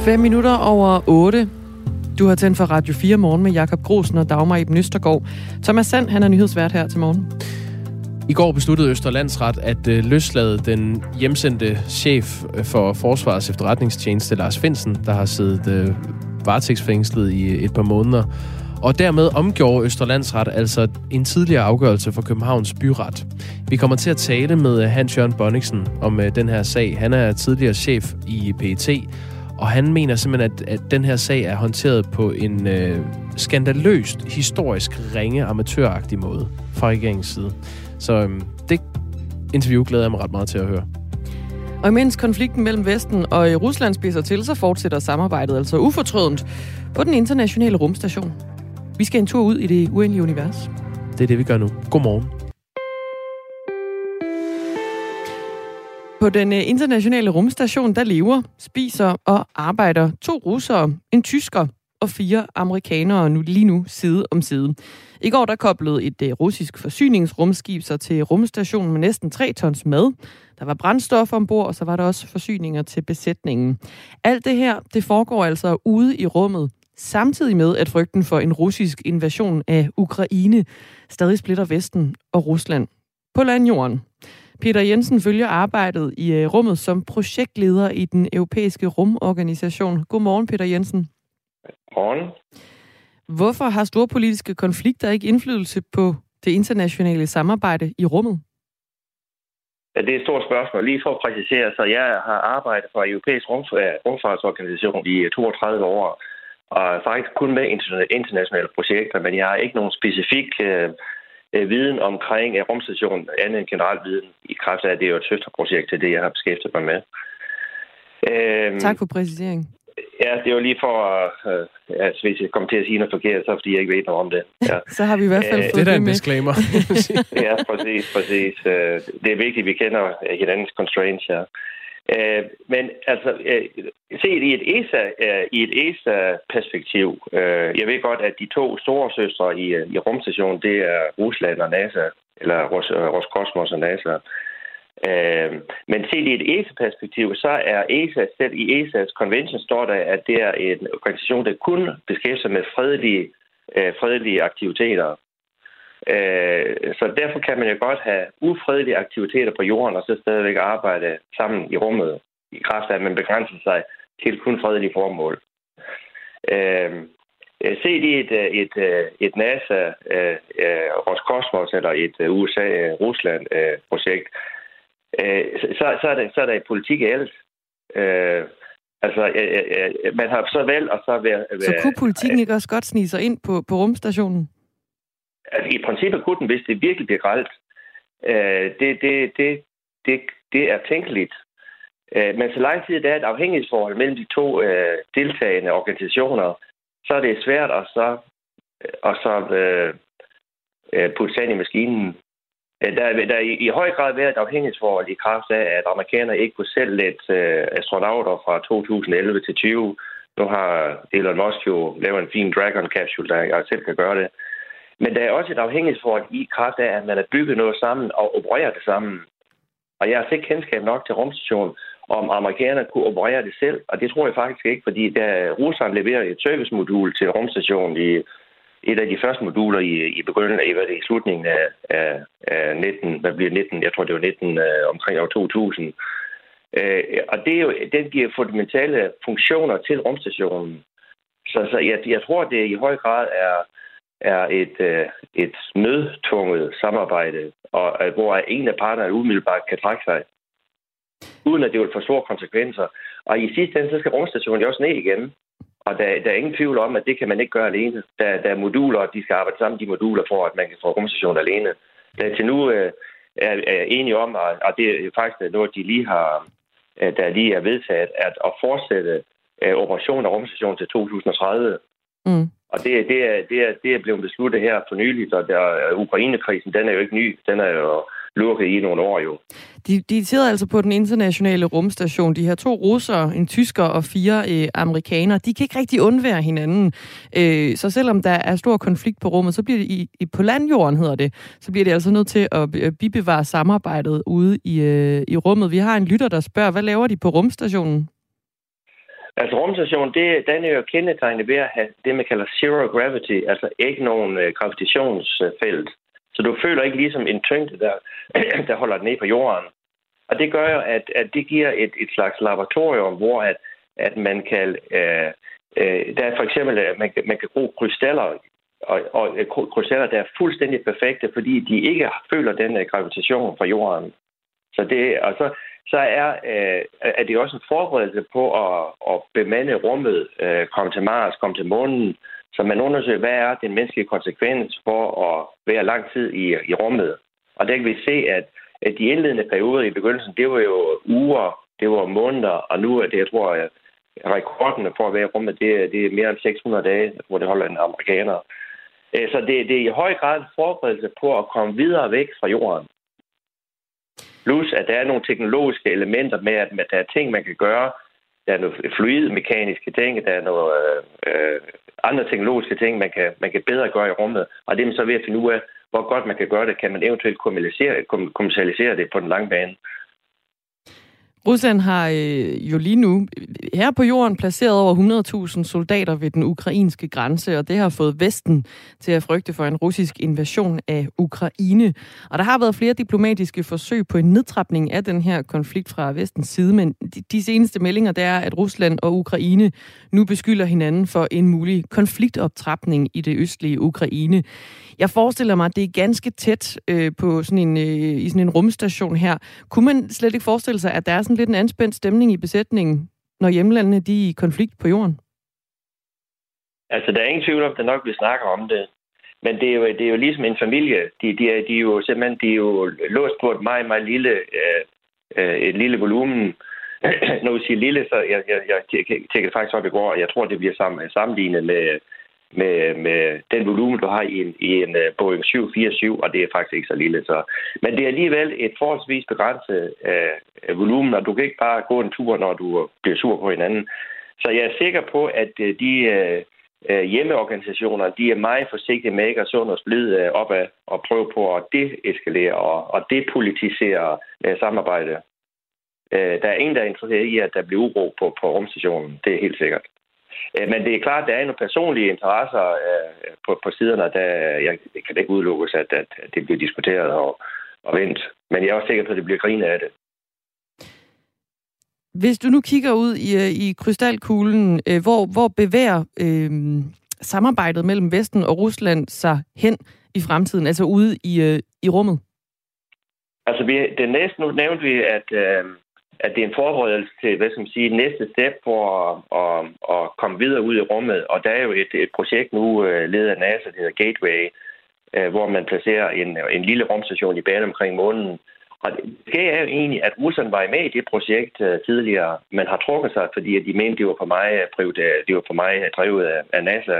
8:05. Du har tændt for Radio 4 morgen med Jakob Grosen og Dagmar Iben Østergaard. Thomas Sand, han er nyhedsvært her til morgen. I går besluttede Østre Landsret at løslade den hjemsendte chef for Forsvarets efterretningstjeneste, Lars Findsen, der har siddet varetægtsfængslet i et par måneder. Og dermed omgjorde Østre Landsret altså en tidligere afgørelse for Københavns Byret. Vi kommer til at tale med Hans Jørgen Bonniksen om den her sag. Han er tidligere chef i PET, og han mener simpelthen, at den her sag er håndteret på en skandaløst, historisk ringe, amatøragtig måde fra regeringens side. Så det interview glæder jeg mig ret meget til at høre. Og imens konflikten mellem Vesten og Rusland spidser til, så fortsætter samarbejdet altså ufortrødent på den internationale rumstation. Vi skal en tur ud i det uendelige univers. Det er det, vi gør nu. Godmorgen. På den internationale rumstation, der lever, spiser og arbejder 2 russere, en tysker og 4 amerikanere lige nu side om side. I går der koblede et russisk forsyningsrumskib sig til rumstationen med næsten 3 tons mad. Der var brændstof ombord, og så var der også forsyninger til besætningen. Alt det her, det foregår altså ude i rummet, samtidig med, at frygten for en russisk invasion af Ukraine stadig splitter Vesten og Rusland på landjorden. Peter Jensen følger arbejdet i rummet som projektleder i den europæiske rumorganisation. Godmorgen, Peter Jensen. Godmorgen. Hvorfor har store politiske konflikter ikke indflydelse på det internationale samarbejde i rummet? Ja, det er et stort spørgsmål. Lige for at præcisere, så jeg har arbejdet for Europæisk Rumfartsorganisation i 32 år, og faktisk kun med internationale projekter, men jeg har ikke nogen specifik viden omkring rumstationen, andet end generel viden, i kraft af, at det er jo et søsterprojekt til det, jeg har beskæftiget mig med. Tak for præcisering. Ja, det er jo lige for, at hvis jeg kommer til at sige noget forkert, så fordi jeg ikke ved noget om det. Ja. Så har vi i hvert fald fået det der det en med. disclaimer. Ja, præcis. Det er vigtigt, at vi kender hinandens constraints her. Men altså, set i et ESA-perspektiv, jeg ved godt, at de 2 store søstre i rumstationen, det er Rusland og NASA, eller Roskosmos og NASA. Men set i et ESA-perspektiv, så er ESA, selv i ESA's convention står der, at det er en organisation, der kun beskæftiger sig med fredelige aktiviteter. Så derfor kan man jo godt have ufredelige aktiviteter på jorden, og så stadigvæk arbejde sammen i rummet, i kraft af, at man begrænser sig til kun fredelige formål. Set i et NASA, Roskosmos eller et USA-Rusland-projekt, så er der et politik i alt. Man har så valgt at så være... Så kunne politikken ikke også godt snige sig ind på rumstationen? Altså, i princippet kunne den, hvis det virkelig bliver grelt. Det er tænkeligt. Men så lang tid der er et afhængighedsforhold mellem de 2 deltagende organisationer, så er det svært at så putte sand i maskinen. Der er i høj grad været et afhængighedsforhold i kraft af, at amerikanerne ikke kunne selv lette astronauter fra 2011 til 2020. Nu har Elon Musk jo lavet en fin Dragon-capsule, der jeg selv kan gøre det. Men der er også et afhængighedsforhold i kraft af, at man har bygget noget sammen og opererer det sammen. Og jeg har ikke kendskab nok til rumstationen, om amerikanerne kunne operere det selv. Og det tror jeg faktisk ikke, fordi da Rusland leverer et servicemodul til rumstationen i et af de første moduler i begyndelsen af i slutningen af 19, hvad bliver 19? Jeg tror det var 19 omkring år 2000. Og det er jo, den giver fundamentale funktioner til rumstationen. Så jeg tror det i høj grad er et nødtvunget samarbejde, og hvor en af parterne umiddelbart kan trække sig, uden at det vil få store konsekvenser. Og i sidste ende, så skal rumstationen jo også ned igen. Og der er ingen tvivl om, at det kan man ikke gøre alene. Der er moduler, de skal arbejde sammen, de moduler, for at man kan få rumstationen alene. Der til nu er enige om, og det er faktisk noget, de lige har, der lige er vedtaget, at fortsætte operationen af rumstationen til 2030. Mm. Og det er blevet besluttet her for nyligt, og Ukraine-krisen, den er jo ikke ny. Den er jo lukket i nogle år jo. De sidder altså på den internationale rumstation. De her 2 russere, en tysker og 4 amerikanere. De kan ikke rigtig undvære hinanden. Så selvom der er stor konflikt på rummet, så bliver det på landjorden, hedder det, så bliver det altså nødt til at bibevare samarbejdet ude i rummet. Vi har en lytter, der spørger, hvad laver de på rumstationen? Altså rumstationen, den er jo kendetegnet ved at have det, man kalder zero gravity, altså ikke nogen gravitationsfelt. Så du føler ikke ligesom en tyngde, der holder den ned på jorden. Og det gør jo, at det giver et slags laboratorium, hvor at man kan... der er for eksempel, at man kan bruge krystaller, og krystaller, der er fuldstændig perfekte, fordi de ikke føler den gravitation fra jorden. Så er det også en forberedelse på at bemande rummet, komme til Mars, komme til månen, så man undersøger, hvad er den menneskelige konsekvens for at være lang tid i rummet. Og der kan vi se, at de indledende perioder i begyndelsen, det var jo uger, det var måneder, og nu er det, jeg tror, at rekorden for at være i rummet, det er mere end 600 dage, hvor det holder en amerikaner. Så det er i høj grad en forberedelse på at komme videre væk fra jorden. Plus, at der er nogle teknologiske elementer med, at der er ting, man kan gøre. Der er nogle fluidmekaniske ting, der er nogle andre teknologiske ting, man kan bedre gøre i rummet. Og det er man så ved at finde ud af, hvor godt man kan gøre det, kan man eventuelt kommercialisere det på den lange bane. Rusland har jo lige nu her på jorden placeret over 100.000 soldater ved den ukrainske grænse, og det har fået Vesten til at frygte for en russisk invasion af Ukraine. Og der har været flere diplomatiske forsøg på en nedtrapning af den her konflikt fra Vestens side, men de seneste meldinger, det er, at Rusland og Ukraine nu beskylder hinanden for en mulig konfliktoptrapning i det østlige Ukraine. Jeg forestiller mig, at det er ganske tæt på i sådan en rumstation her. Kunne man slet ikke forestille sig, at der er sådan lidt en anspændt stemning i besætningen, når hjemlandene de er i konflikt på jorden? Altså, der er ingen tvivl om, at nok vi snakker om det. Men det er jo ligesom en familie. De er jo simpelthen låst på et meget, meget et lille volumen. Når vi siger lille, så jeg tjekkede faktisk op i går, og jeg tror, det bliver sammenlignet med den volumen, du har i en Boeing 747, og det er faktisk ikke så lille. Men det er alligevel et forholdsvis begrænset volumen, og du kan ikke bare gå en tur, når du bliver sur på hinanden. Så jeg er sikker på, at de hjemmeorganisationer, de er meget forsigtige med ikke at sund og splid opad og prøve på at deeskalere og depolitisere samarbejde. Der er ingen, der er interesseret i, at der bliver uro på rumstationen. Det er helt sikkert. Men det er klart, at der er nogle personlige interesser på siderne, der jeg kan ikke udelukkes, at det bliver diskuteret og vendt. Men jeg er også sikker på, at det bliver grinet af det. Hvis du nu kigger ud i krystalkuglen, hvor bevæger samarbejdet mellem Vesten og Rusland sig hen i fremtiden, altså ude i rummet? Altså, nu nævnte vi, at det er en forberedelse til, næste step for at komme videre ud i rummet. Og der er jo et projekt nu, ledet af NASA, der hedder Gateway, hvor man placerer en lille rumstation i bane omkring månen. Og det sker jo egentlig, at Rusland var med i det projekt tidligere, men har trukket sig, fordi de mente, det var for mig drevet af NASA.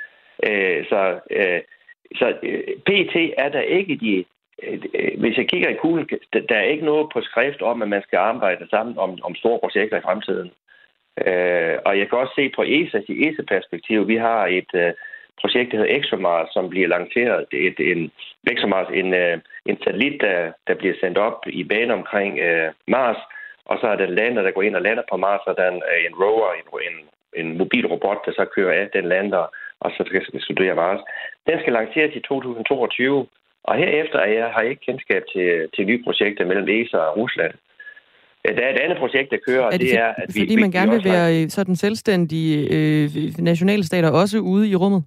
Så PT er der ikke hvis jeg kigger i kuglen, der er ikke noget på skrift om, at man skal arbejde sammen om store projekter i fremtiden. Og jeg kan også se på ESA-perspektiv. Vi har et projekt, der hedder ExoMars, som bliver lanceret. ExoMars, en satellit, der bliver sendt op i bane omkring Mars, og så er der lander, der går ind og lander på Mars, og der er en rover, en mobil robot, der så kører af, den lander, og så skal studere Mars. Den skal lanceres i 2022. Og herefter har jeg ikke kendskab til nye projekter mellem ESA og Rusland. Der er et andet projekt, der kører, og det er, at vi... Fordi man gerne vil være sådan selvstændige nationalstater også ude i rummet?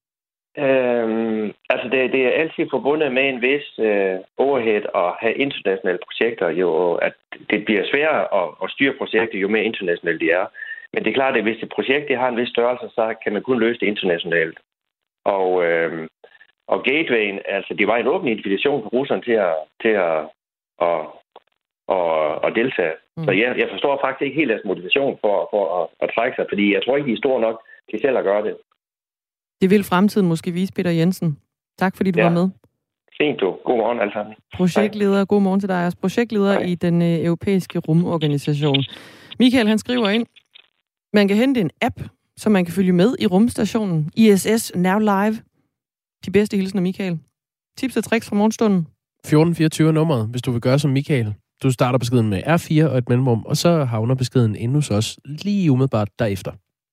Altså, det er altid forbundet med en vis overhead at have internationale projekter, jo, at det bliver sværere at styre projekter, jo mere internationalt de er. Men det er klart, at hvis et projekt har en vis størrelse, så kan man kun løse det internationalt. Og Gatewayen, altså det var en åben invitation for Rusland til at deltage. Så jeg forstår faktisk ikke helt deres motivation for at trække sig, fordi jeg tror ikke, de er store nok til selv at gøre det. Det vil fremtiden måske vise, Peter Jensen. Tak fordi du var med. Fint du. God morgen alle sammen. Projektleder, god morgen til dig også. Projektleder i den europæiske rumorganisation. Michael, han skriver ind, man kan hente en app, så man kan følge med i rumstationen. ISS Now Live. De bedste hilsner, Michael. Tips og tricks fra morgenstunden. 1424 nummeret, hvis du vil gøre som Michael. Du starter beskeden med R4 og et mellemrum, og så havner beskeden inde hos os lige umiddelbart derefter.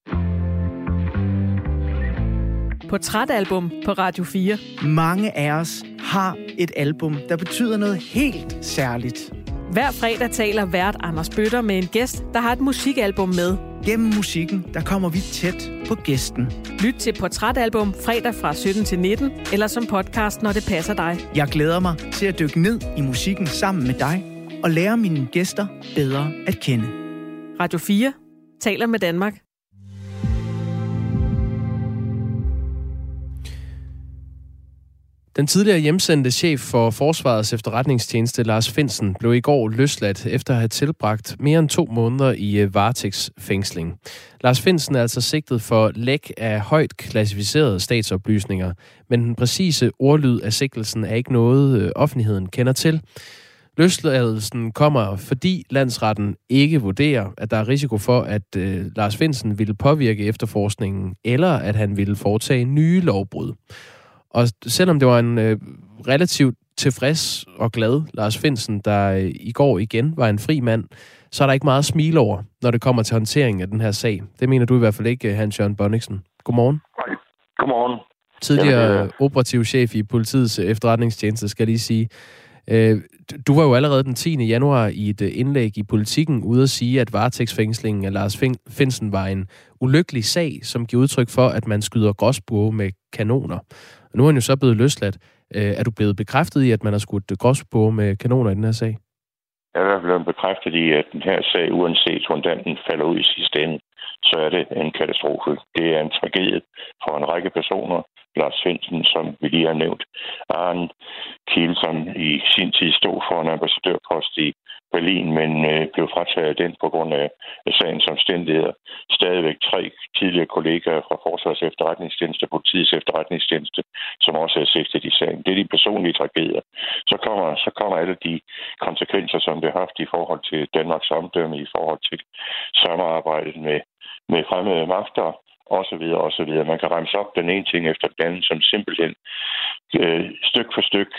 Portrætalbum på Radio 4. Mange af os har et album, der betyder noget helt særligt. Hver fredag taler vært Anders Bøtter med en gæst, der har et musikalbum med. Gennem musikken, der kommer vi tæt på gæsten. Lyt til Portrætalbum fredag fra 17 til 19, eller som podcast, når det passer dig. Jeg glæder mig til at dykke ned i musikken sammen med dig, og lære mine gæster bedre at kende. Radio 4 taler med Danmark. Den tidligere hjemsendte chef for Forsvarets efterretningstjeneste, Lars Findsen, blev i går løsladt efter at have tilbragt mere end 2 måneder i varetægtsfængsling. Lars Findsen er altså sigtet for læk af højt klassificerede statsoplysninger, men den præcise ordlyd af sigtelsen er ikke noget, offentligheden kender til. Løsladelsen kommer, fordi landsretten ikke vurderer, at der er risiko for, at Lars Findsen ville påvirke efterforskningen, eller at han ville foretage nye lovbrud. Og selvom det var en relativt tilfreds og glad Lars Findsen, der i går igen var en fri mand, så er der ikke meget smil over, når det kommer til håndteringen af den her sag. Det mener du i hvert fald ikke, Hans-Jørgen Bonniksen. Godmorgen. Godmorgen. Tidligere operativ chef i politiets efterretningstjeneste, skal jeg lige sige. Du var jo allerede den 10. januar i et indlæg i Politikken ude at sige, at varetægtsfængslingen af Lars Findsen var en ulykkelig sag, som giver udtryk for, at man skyder gråspurve med kanoner. Og nu er han jo så blevet løsladt. Er du blevet bekræftet i, at man har skudt gråspurve med kanoner i den her sag? Jeg er blevet bekræftet i, at den her sag, uanset hvordan den falder ud i sidste ende, så er det en katastrofe. Det er en tragedie for en række personer. Lars Findsen, som vi lige har nævnt. Arne Kiel, som i sin tid stod for en ambassadørpost i Berlin, men blev frataget den på grund af sagens omstændigheder. Stadigvæk 3 tidligere kollegaer fra Forsvarets efterretningstjeneste, Politiets efterretningstjeneste, som også er sigtet i sagen. Det er de personlige tragedier. Så kommer alle de konsekvenser, som det har haft i forhold til Danmarks omdømme, i forhold til samarbejdet med fremmede magter, og så videre, og så videre. Man kan remse op den ene ting efter den anden, som simpelthen stykke for stykke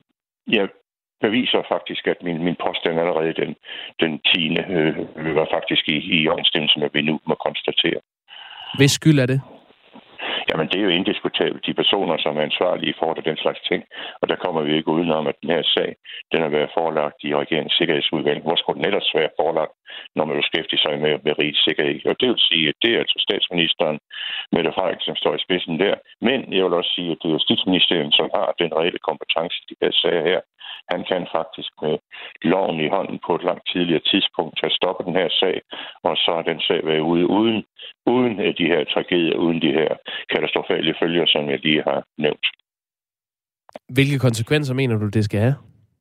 beviser faktisk, at min påstand allerede den 10. var faktisk i overensstemmelse med, hvad vi nu må konstatere. Hvis skyld er det? Jamen, det er jo indiskutabelt. De personer, som er ansvarlige for den slags ting, og der kommer vi ikke udenom, at den her sag, den har været forelagt i regeringens sikkerhedsudvalg. Hvor skulle den ellers være forelagt, når man beskæftiger sig med rigets sikkerhed? Og det vil sige, at det er altså statsministeren, Mette Frederiksen, som står i spidsen der. Men jeg vil også sige, at det er Justitsministeriet, som har den reelle kompetence i de her sager her. Han kan faktisk med loven i hånden på et langt tidligere tidspunkt tage stoppe den her sag, og så er den sag været ude uden de her tragedier, uden de her katastrofale følger, som jeg lige har nævnt. Hvilke konsekvenser mener du, det skal have?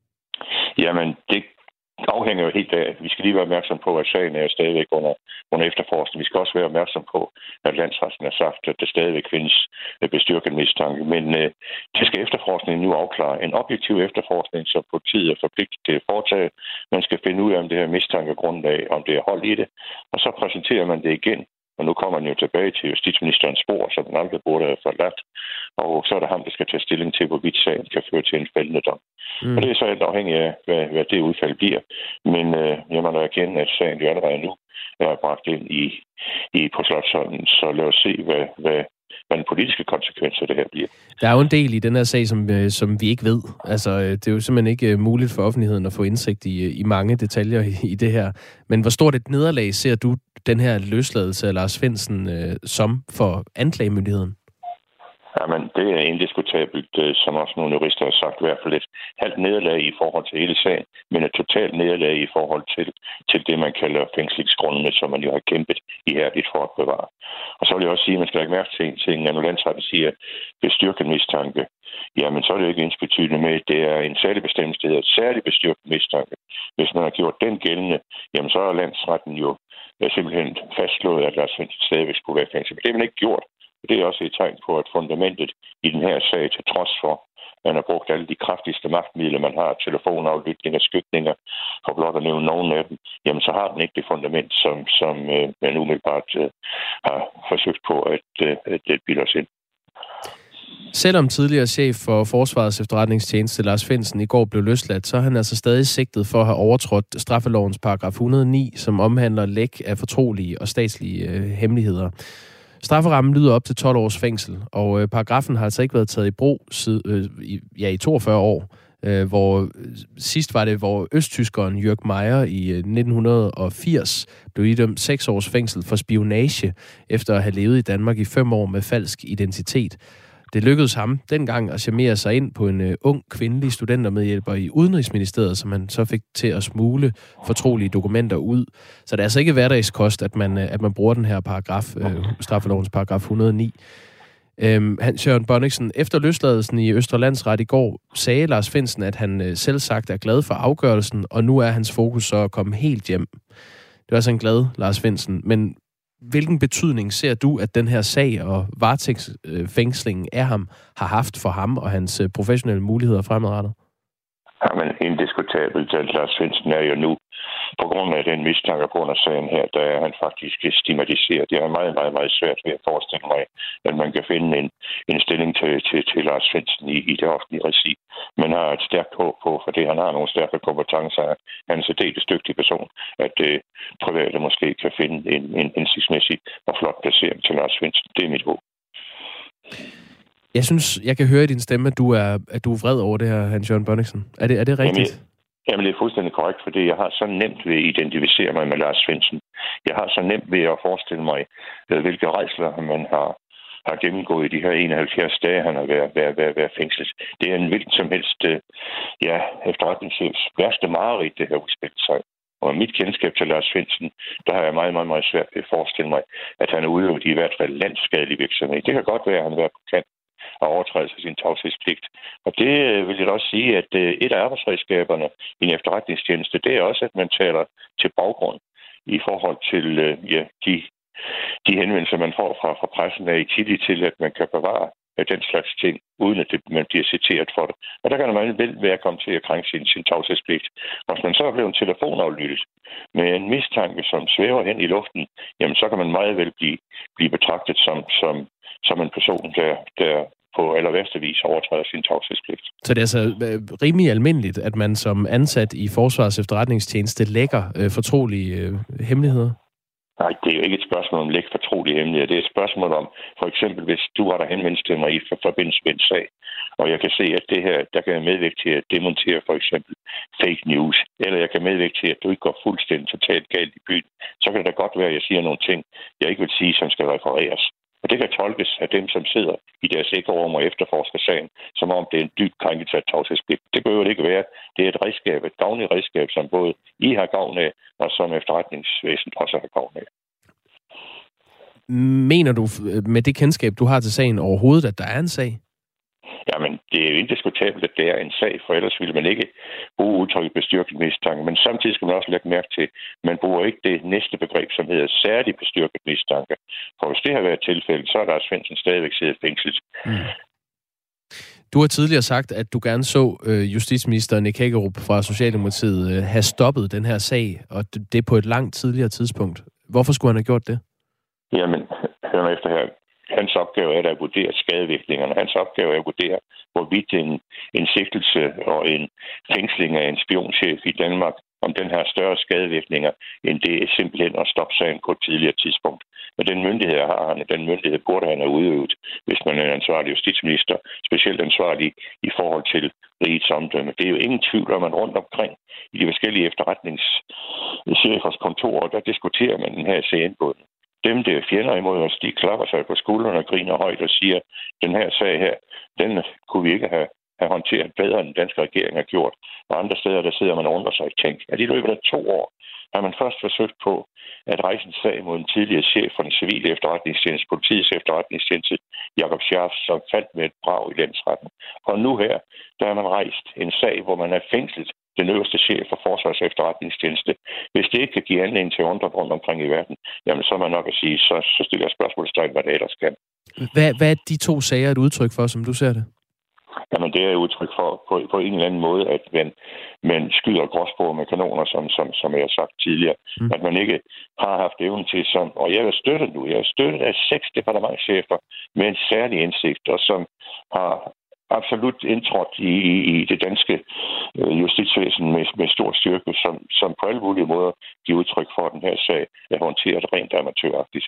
Jamen, det afhænger jo helt af. Vi skal lige være opmærksom på, at sagen er stadigvæk under efterforskning. Vi skal også være opmærksom på, at landsretten har sagt, at der stadigvæk findes bestyrket mistanke. Men det skal efterforskningen nu afklare. En objektiv efterforskning, som politiet er forpligtet til at foretage. Man skal finde ud af, om det her mistankegrundlag, om det er hold i det. Og så præsenterer man det igen. Og nu kommer den jo tilbage til justitsministerens spor, som den aldrig burde have forladt. Og så er det ham, der skal tage stilling til, hvorvidt sagen kan føre til en fældende dom. Og det er så alt afhængigt af, hvad det udfald bliver. Men jeg må da erkende, at sagen jo allerede nu er bragt ind på Slotsholmen. Så lad os se, hvad den politiske konsekvenser det her bliver. Der er jo en del i den her sag, som vi ikke ved. Altså, det er jo simpelthen ikke muligt for offentligheden at få indsigt i mange detaljer i det her. Men hvor stort et nederlag ser du den her løsladelse af Lars Findsen som for anklagemyndigheden? Jamen, det er indiskutabelt, som også nogle jurister har sagt, i hvert fald et halvt nederlag i forhold til hele sagen, men et totalt nederlag i forhold til det, man kalder fængslingsgrundene, som man jo har kæmpet ihærdigt for at bevare. Og så vil jeg også sige, at man skal ikke mærke til en ting, når landsretten siger, bestyrket mistanke, jamen så er det jo ikke ensbetydende med, at det er en særlig bestemmelse, det hedder særlig bestyrket mistanke. Hvis man har gjort den gældende, jamen så er landsretten jo simpelthen fastslået, at Lars Findsen stadigvæk skulle være fængslet. Men det har man ikke gjort. Det er også et tegn på, at fundamentet i den her sag, til trods for, at man har brugt alle de kraftigste magtmidler, man har, telefonaflytninger, skygninger, for blot at nævne nogen af dem, jamen så har den ikke det fundament, som man umiddelbart har forsøgt på at bilde os ind. Selvom tidligere chef for Forsvarets efterretningstjeneste, Lars Findsen, i går blev løsladt, så er han altså stadig sigtet for at have overtrådt straffelovens paragraf 109, som omhandler læk af fortrolige og statslige hemmeligheder. Strafferammen lyder op til 12 års fængsel, og paragrafen har altså ikke været taget i brug i 42 år. Hvor sidst var det, hvor østtyskeren Jörg Meier i 1980 blev idømt 6 års fængsel for spionage, efter at have levet i Danmark i 5 år med falsk identitet. Det lykkedes ham dengang at charmere sig ind på en ung kvindelig studentermedhjælper i Udenrigsministeriet, som han så fik til at smule fortrolige dokumenter ud. Så det er altså ikke hverdagskost, at man bruger den her paragraf, straffelovens paragraf 109. Hans-Jørgen Bonnichsen, efter løsladelsen i Østre Landsret i går, sagde Lars Findsen, at han selv sagt er glad for afgørelsen, og nu er hans fokus så at komme helt hjem. Det var altså en glad Lars Findsen, men hvilken betydning ser du, at den her sag og varetægtsfængslingen af ham har haft for ham og hans professionelle muligheder fremadrettet? Jamen, indiskutabelt, at Lars Findsen er jo nu, på grund af den mistanke på under sagen her, der er han faktisk stigmatiseret. Det er meget, meget, meget svært ved at forestille mig, at man kan finde en stilling til Lars Findsen i det offentlige regi. Man har et stærkt håb på, fordi han har nogle stærke kompetencer. Han er en særdeles dygtig person, at private måske kan finde en hensigtsmæssig og flot placering til Lars Findsen. Det er mit håb. Jeg synes, jeg kan høre i din stemme, at du er vred over det her, Hans-Jørgen Bonnichsen. Er det rigtigt? Jamen, det er fuldstændig korrekt, fordi jeg har så nemt ved at identificere mig med Lars Findsen. Jeg har så nemt ved at forestille mig, hvilke rejsler man har gennemgået i de her 71 dage, han har været fængslet. Det er en hvilken som helst efterretningschefs værste mareridt, det her udspillet sig. Og med mit kendskab til Lars Findsen, der har jeg meget, meget, meget svært ved at forestille mig, at han er udøvet i hvert fald landsskadelig virksomhed. Det kan godt være, at han har været på kant og overtrædelse af sin tavshedspligt. Og det vil jeg også sige, at et af arbejdsredskaberne i en efterretningstjeneste, det er også, at man taler til baggrund i forhold til de henvendelser, man får fra pressen, er i tillid til, at man kan bevare den slags ting, uden at man bliver citeret for det. Og der kan man vel være kommet til at krænke sin tavshedspligt. Og hvis man så er blevet telefonaflyttet med en mistanke, som svæver hen i luften, jamen så kan man meget vel blive betragtet som en person, der på allerværste vis overtræder sin tavshedspligt. Så det er altså rimelig almindeligt, at man som ansat i Forsvarets efterretningstjeneste lækker fortrolige hemmeligheder? Nej, det er jo ikke et spørgsmål om læk fortrolige hemmeligheder. Det er et spørgsmål om, for eksempel, hvis du har der henvendt til mig i forbindelse med en sag, og jeg kan se, at det her, der kan jeg medvirke til at demontere for eksempel fake news, eller jeg kan medvirke til, at du ikke går fuldstændig totalt galt i byen, så kan det da godt være, at jeg siger nogle ting, jeg ikke vil sige, som skal refereres. Og det kan tolkes af dem, som sidder i deres sikkerrum og efterforsker sagen, som om det er en dyb krænkelse af tavshedspligt. Det behøver det ikke være. Det er et redskab, et gavnligt redskab, som både I har gavn af, og som efterretningsvæsenet også har gavn af. Mener du med det kendskab, du har til sagen overhovedet, at der er en sag? Jamen, det er jo indiskutabelt, at det er en sag, for ellers ville man ikke bruge udtrykket bestyrket mistanke. Men samtidig skal man også lægge mærke til, at man bruger ikke det næste begreb, som hedder særlig bestyrket mistanke. For hvis det har været tilfældet, så er Lars Findsen stadigvæk siddet fængslet. Mm. Du har tidligere sagt, at du gerne så justitsminister Nick Hækkerup fra Socialdemokratiet have stoppet den her sag, og det på et langt tidligere tidspunkt. Hvorfor skulle han have gjort det? Jamen, hør mig efter her. Hans opgave er at vurdere skadevirkningerne. Hans opgave er at vurdere, hvorvidt en sigtelse og en fængsling af en spionchef i Danmark, om den har større skadevirkninger, end det er simpelthen at stoppe sagen på et tidligere tidspunkt. Men den myndighed har han, den myndighed burde han have udøvet, hvis man er ansvarlig justitsminister, specielt ansvarlig i forhold til rigets omdømme. Det er jo ingen tvivl om, at rundt omkring i de forskellige efterretningschefers kontorer, der diskuterer man den her sagen-båden. Dem, der er fjender imod os, de klapper sig på skuldrene og griner højt og siger, den her sag her, den kunne vi ikke have håndteret bedre, end den danske regering har gjort. Og andre steder, der sidder man og undrer sig og tænker, at i løbet af 2 år har man først forsøgt på at rejse en sag mod en tidligere chef for den civile efterretningstjeneste, politiets efterretningstjeneste, Jakob Scharf, som faldt med et brag i landsretten. Og nu her, der har man rejst en sag, hvor man er fængslet den øverste chef for Forsvarets efterretningstjeneste. Hvis det ikke kan give anledning til undre rundt omkring i verden, jamen så er man nok at sige, så stiller jeg spørgsmålstegn, hvad det ellers kan. Hvad er de 2 sager et udtryk for, som du ser det? Jamen, det er udtryk for på en eller anden måde, at man skyder gråspor med kanoner, som jeg har sagt tidligere. At man ikke har haft evnen til, og jeg er støttet af 6 departementschefer med en særlig indsigt, og som har absolut indtrådt i det danske justitsvæsen med stor styrke, som på alle mulige måder giver udtryk for, at den her sag er håndteret rent amatøragtigt.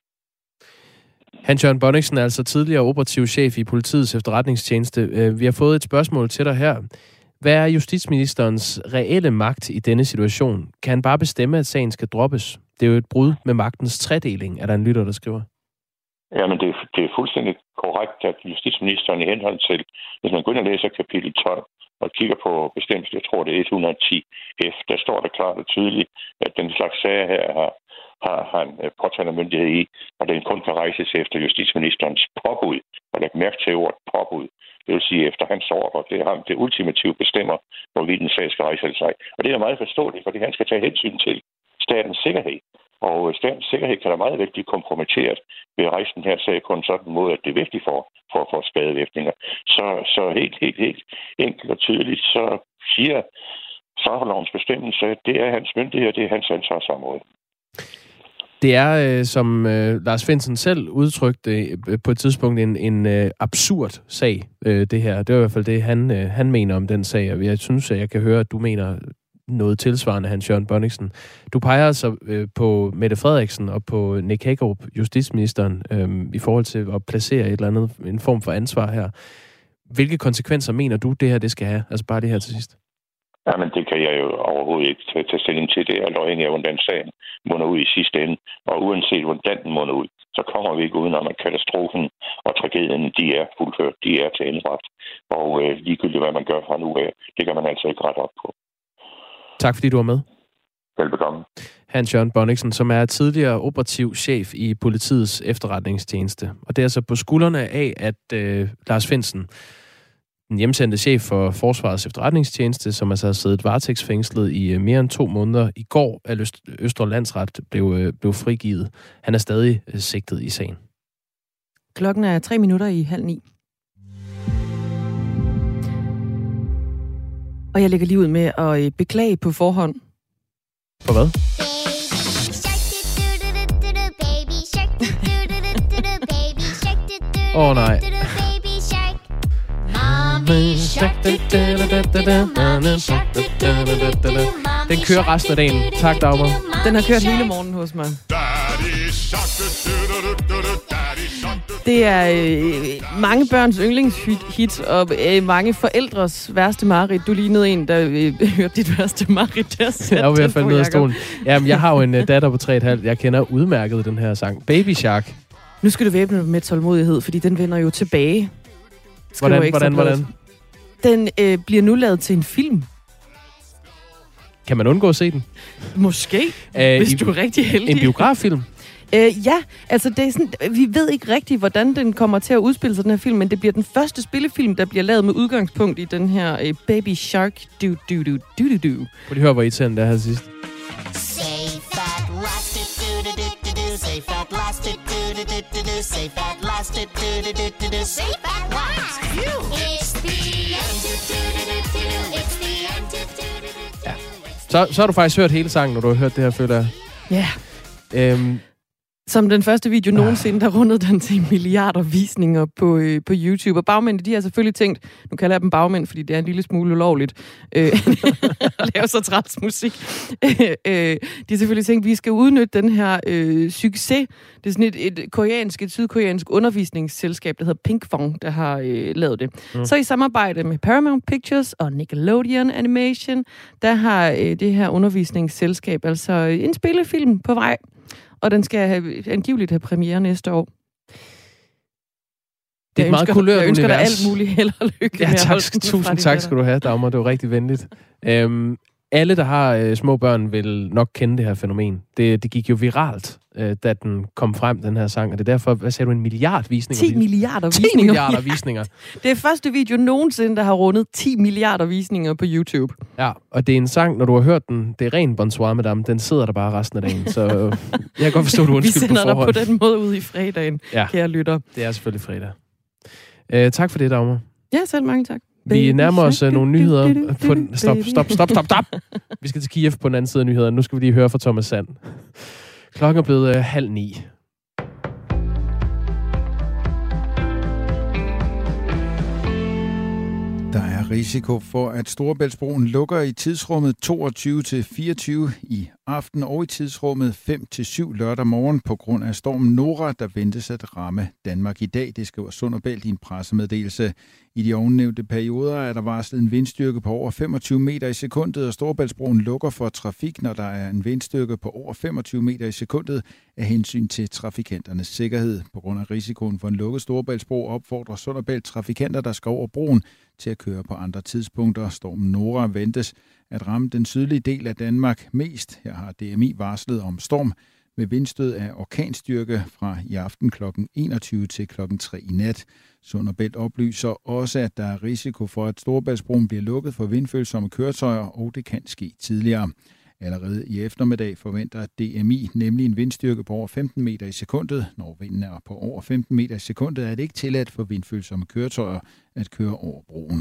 Hans Jørgen Bonnichsen er altså tidligere operativ chef i politiets efterretningstjeneste. Vi har fået et spørgsmål til dig her. Hvad er justitsministerens reelle magt i denne situation? Kan han bare bestemme, at sagen skal droppes? Det er jo et brud med magtens tredeling, er der en lytter, der skriver. Jamen, det er fuldstændig korrekt, at justitsministeren i henhold til, hvis man går ind og læser kapitel 12 og kigger på bestemmelse, jeg tror det er 110 F, der står der klart og tydeligt, at den slags sager her har en påtalemyndighed i, og den kun kan rejses efter justitsministerens påbud. Og læg mærke til ordet påbud. Det vil sige, efter hans ordre, det er ham, det ultimativt bestemmer, hvorvidt en sag skal rejse sig. Og det er meget forståeligt, fordi han skal tage hensyn til statens sikkerhed. Og statens sikkerhed kan da meget vel blive kompromitteret ved at rejse den her sag på en sådan måde, at det er vigtigt for at få skadevirkninger. Så helt enkelt og tydeligt, så siger straffelovens bestemmelse, at det er hans myndighed, det er hans ansvarsområde. Det er, som Lars Findsen selv udtrykte på et tidspunkt, en absurd sag, det her. Det er i hvert fald det, han mener om den sag, og jeg synes, at jeg kan høre, at du mener noget tilsvarende, Hans Jørgen Bonnichsen. Du peger altså på Mette Frederiksen og på Nick Hækkerup, justitsministeren, i forhold til at placere et eller andet, en form for ansvar her. Hvilke konsekvenser mener du, det her det skal have? Altså bare det her til sidst. Jamen, det kan jeg jo overhovedet ikke tage stilling til. Det er afhængigt af, hvordan sagen munder ud i sidste ende. Og uanset, hvordan den munder ud, så kommer vi ikke udenom, at katastrofen og tragedien, de er fuldført, de er til indret. Og ligegyldigt, hvad man gør fra nu af, det kan man altså ikke rette op på. Tak fordi du var med. Velbekomme. Hans Jørgen Bonnichsen, som er tidligere operativ chef i politiets efterretningstjeneste. Og det er altså på skuldrene af, at Lars Findsen, den hjemsendte chef for Forsvarets efterretningstjeneste, som altså har siddet varetægtsfængslet i mere end 2 måneder, i går af Østre Landsret blev frigivet. Han er stadig sigtet i sagen. Klokken er 8:03. Og jeg lægger lige ud med at beklage på forhånd. For hvad? Nej. Den kører resten af dagen. Tak, Dagmar. Den har kørt hele morgenen hos mig. Det er mange børns yndlingshit, og mange forældres værste mareridt. Du lignede en, der hørte dit værste mareridt. Jeg er jo i hvert fald nede af stolen. Jamen, jeg har jo en datter på 3,5. Jeg kender udmærket den her sang. Baby Shark. Nu skal du væbne med tålmodighed, fordi den vender jo tilbage. Hvordan? Den bliver nu lavet til en film. Kan man undgå at se den? Måske, hvis du er rigtig heldig. En biograffilm? Ja, altså det er sådan, vi ved ikke rigtigt, hvordan den kommer til at udspille sig, den her film, men det bliver den første spillefilm, der bliver lavet med udgangspunkt i den her Baby Shark. Prøv lige at høre, hvor irriterende det er her sidst. Ja. Så har du faktisk hørt hele sangen, når du har hørt det her, føler jeg. Ja. Som den første video nogensinde, der rundede den til milliarder visninger på YouTube. Og bagmændene, de har selvfølgelig tænkt, nu kalder jeg dem bagmænd, fordi det er en lille smule ulovligt at lave så træls musik. De har selvfølgelig tænkt, at vi skal udnytte den her succes. Det er sådan et sydkoreansk undervisningsselskab, der hedder Pinkfong, der har lavet det. Så i samarbejde med Paramount Pictures og Nickelodeon Animation, der har det her undervisningsselskab altså en spillefilm på vej. Og den skal angiveligt have premiere næste år. Det er et meget kulørt univers. Jeg ønsker dig alt muligt held og lykke. Ja, tak. Tusind tak skal du have, Dagmar. Det var rigtig venligt. Alle, der har små børn, vil nok kende det her fænomen. Det gik jo viralt, da den kom frem, den her sang. Og det er derfor, hvad sagde du, 1 milliard visninger? 10 milliarder visninger. 10 milliarder visninger. Det er første video nogensinde, der har rundet 10 milliarder visninger på YouTube. Ja, og det er en sang, når du har hørt den, det er ren bonsoir, madame. Den sidder der bare resten af dagen. Så jeg kan godt forstå, du undskyld på forhånd. Vi sender dig på den måde ud i fredagen, kære lytter. Det er selvfølgelig fredag. Tak for det, Dagmar. Ja, selv mange tak. Vi nærmer os nogle nyheder på... Stop. Vi skal til Kiev på den anden side af nyhederne. Nu skal vi lige høre fra Thomas Sand. Klokken er blevet 8:30. Der er risiko for, at Storebæltsbroen lukker i tidsrummet 22-24 i aften og i tidsrummet 5-7 lørdag morgen på grund af stormen Nora, der ventes at ramme Danmark i dag. Det skriver Sund & Bælt i en pressemeddelelse. I de ovennævnte perioder er der varslet en vindstyrke på over 25 meter i sekundet, og Storebæltsbroen lukker for trafik, når der er en vindstyrke på over 25 meter i sekundet af hensyn til trafikanternes sikkerhed. På grund af risikoen for en lukket Storebæltsbro opfordrer Sund & Bælt trafikanter, der skal over broen, til at køre på andre tidspunkter. Stormen Nora ventes at ramme den sydlige del af Danmark mest. Her har DMI varslet om storm med vindstød af orkanstyrke fra i aften kl. 21 til kl. 3 i nat. Sund & Bælt oplyser også, at der er risiko for, at Storebæltsbroen bliver lukket for vindfølsomme køretøjer, og det kan ske tidligere. Allerede i eftermiddag forventer DMI nemlig en vindstyrke på over 15 meter i sekundet. Når vinden er på over 15 meter i sekundet, er det ikke tilladt for vindfølsomme køretøjer at køre over broen.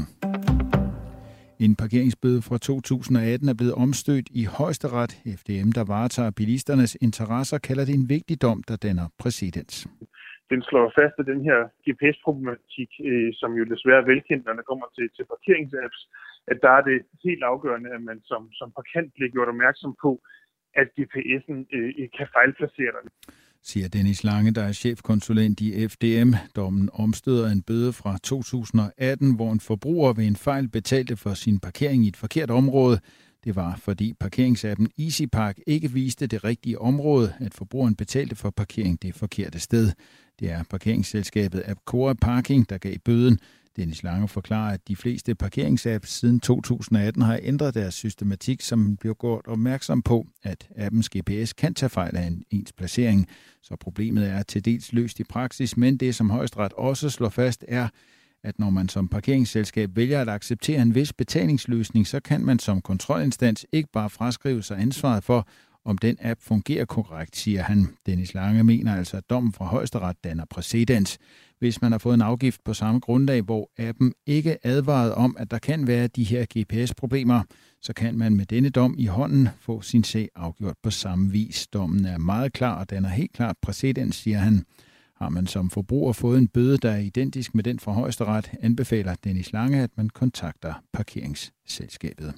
En parkeringsbøde fra 2018 er blevet omstødt i Højesteret. FDM, der varetager bilisternes interesser, kalder det en vigtig dom, der danner præcedens. Den slår fast, at den her GPS-problematik, som jo desværre er velkendt, når det kommer til parkeringsapps, at der er det helt afgørende, at man som parkant bliver gjort opmærksom på, at GPS'en kan fejlplacere dig. Siger Dennis Lange, der er chefkonsulent i FDM. Dommen omstøder en bøde fra 2018, hvor en forbruger ved en fejl betalte for sin parkering i et forkert område. Det var, fordi parkeringsappen EasyPark ikke viste det rigtige område, at forbrugeren betalte for parkering det forkerte sted. Det er parkeringsselskabet Apcora Parking, der gav bøden. Dennis Lange forklarer, at de fleste parkeringsapps siden 2018 har ændret deres systematik, som bliver gjort opmærksom på, at appens GPS kan tage fejl af ens placering. Så problemet er til dels løst i praksis, men det, som Højesteret også slår fast, er, at når man som parkeringsselskab vælger at acceptere en vis betalingsløsning, så kan man som kontrolinstans ikke bare fraskrive sig ansvaret for, om den app fungerer korrekt, siger han. Dennis Lange mener altså, at dommen fra Højesteret danner præcedens. Hvis man har fået en afgift på samme grundlag, hvor appen ikke advarede om, at der kan være de her GPS-problemer, så kan man med denne dom i hånden få sin sag afgjort på samme vis. Dommen er meget klar og danner helt klart præcedens, siger han. Har man som forbruger fået en bøde, der er identisk med den fra Højesteret, anbefaler Dennis Lange, at man kontakter parkeringsselskabet.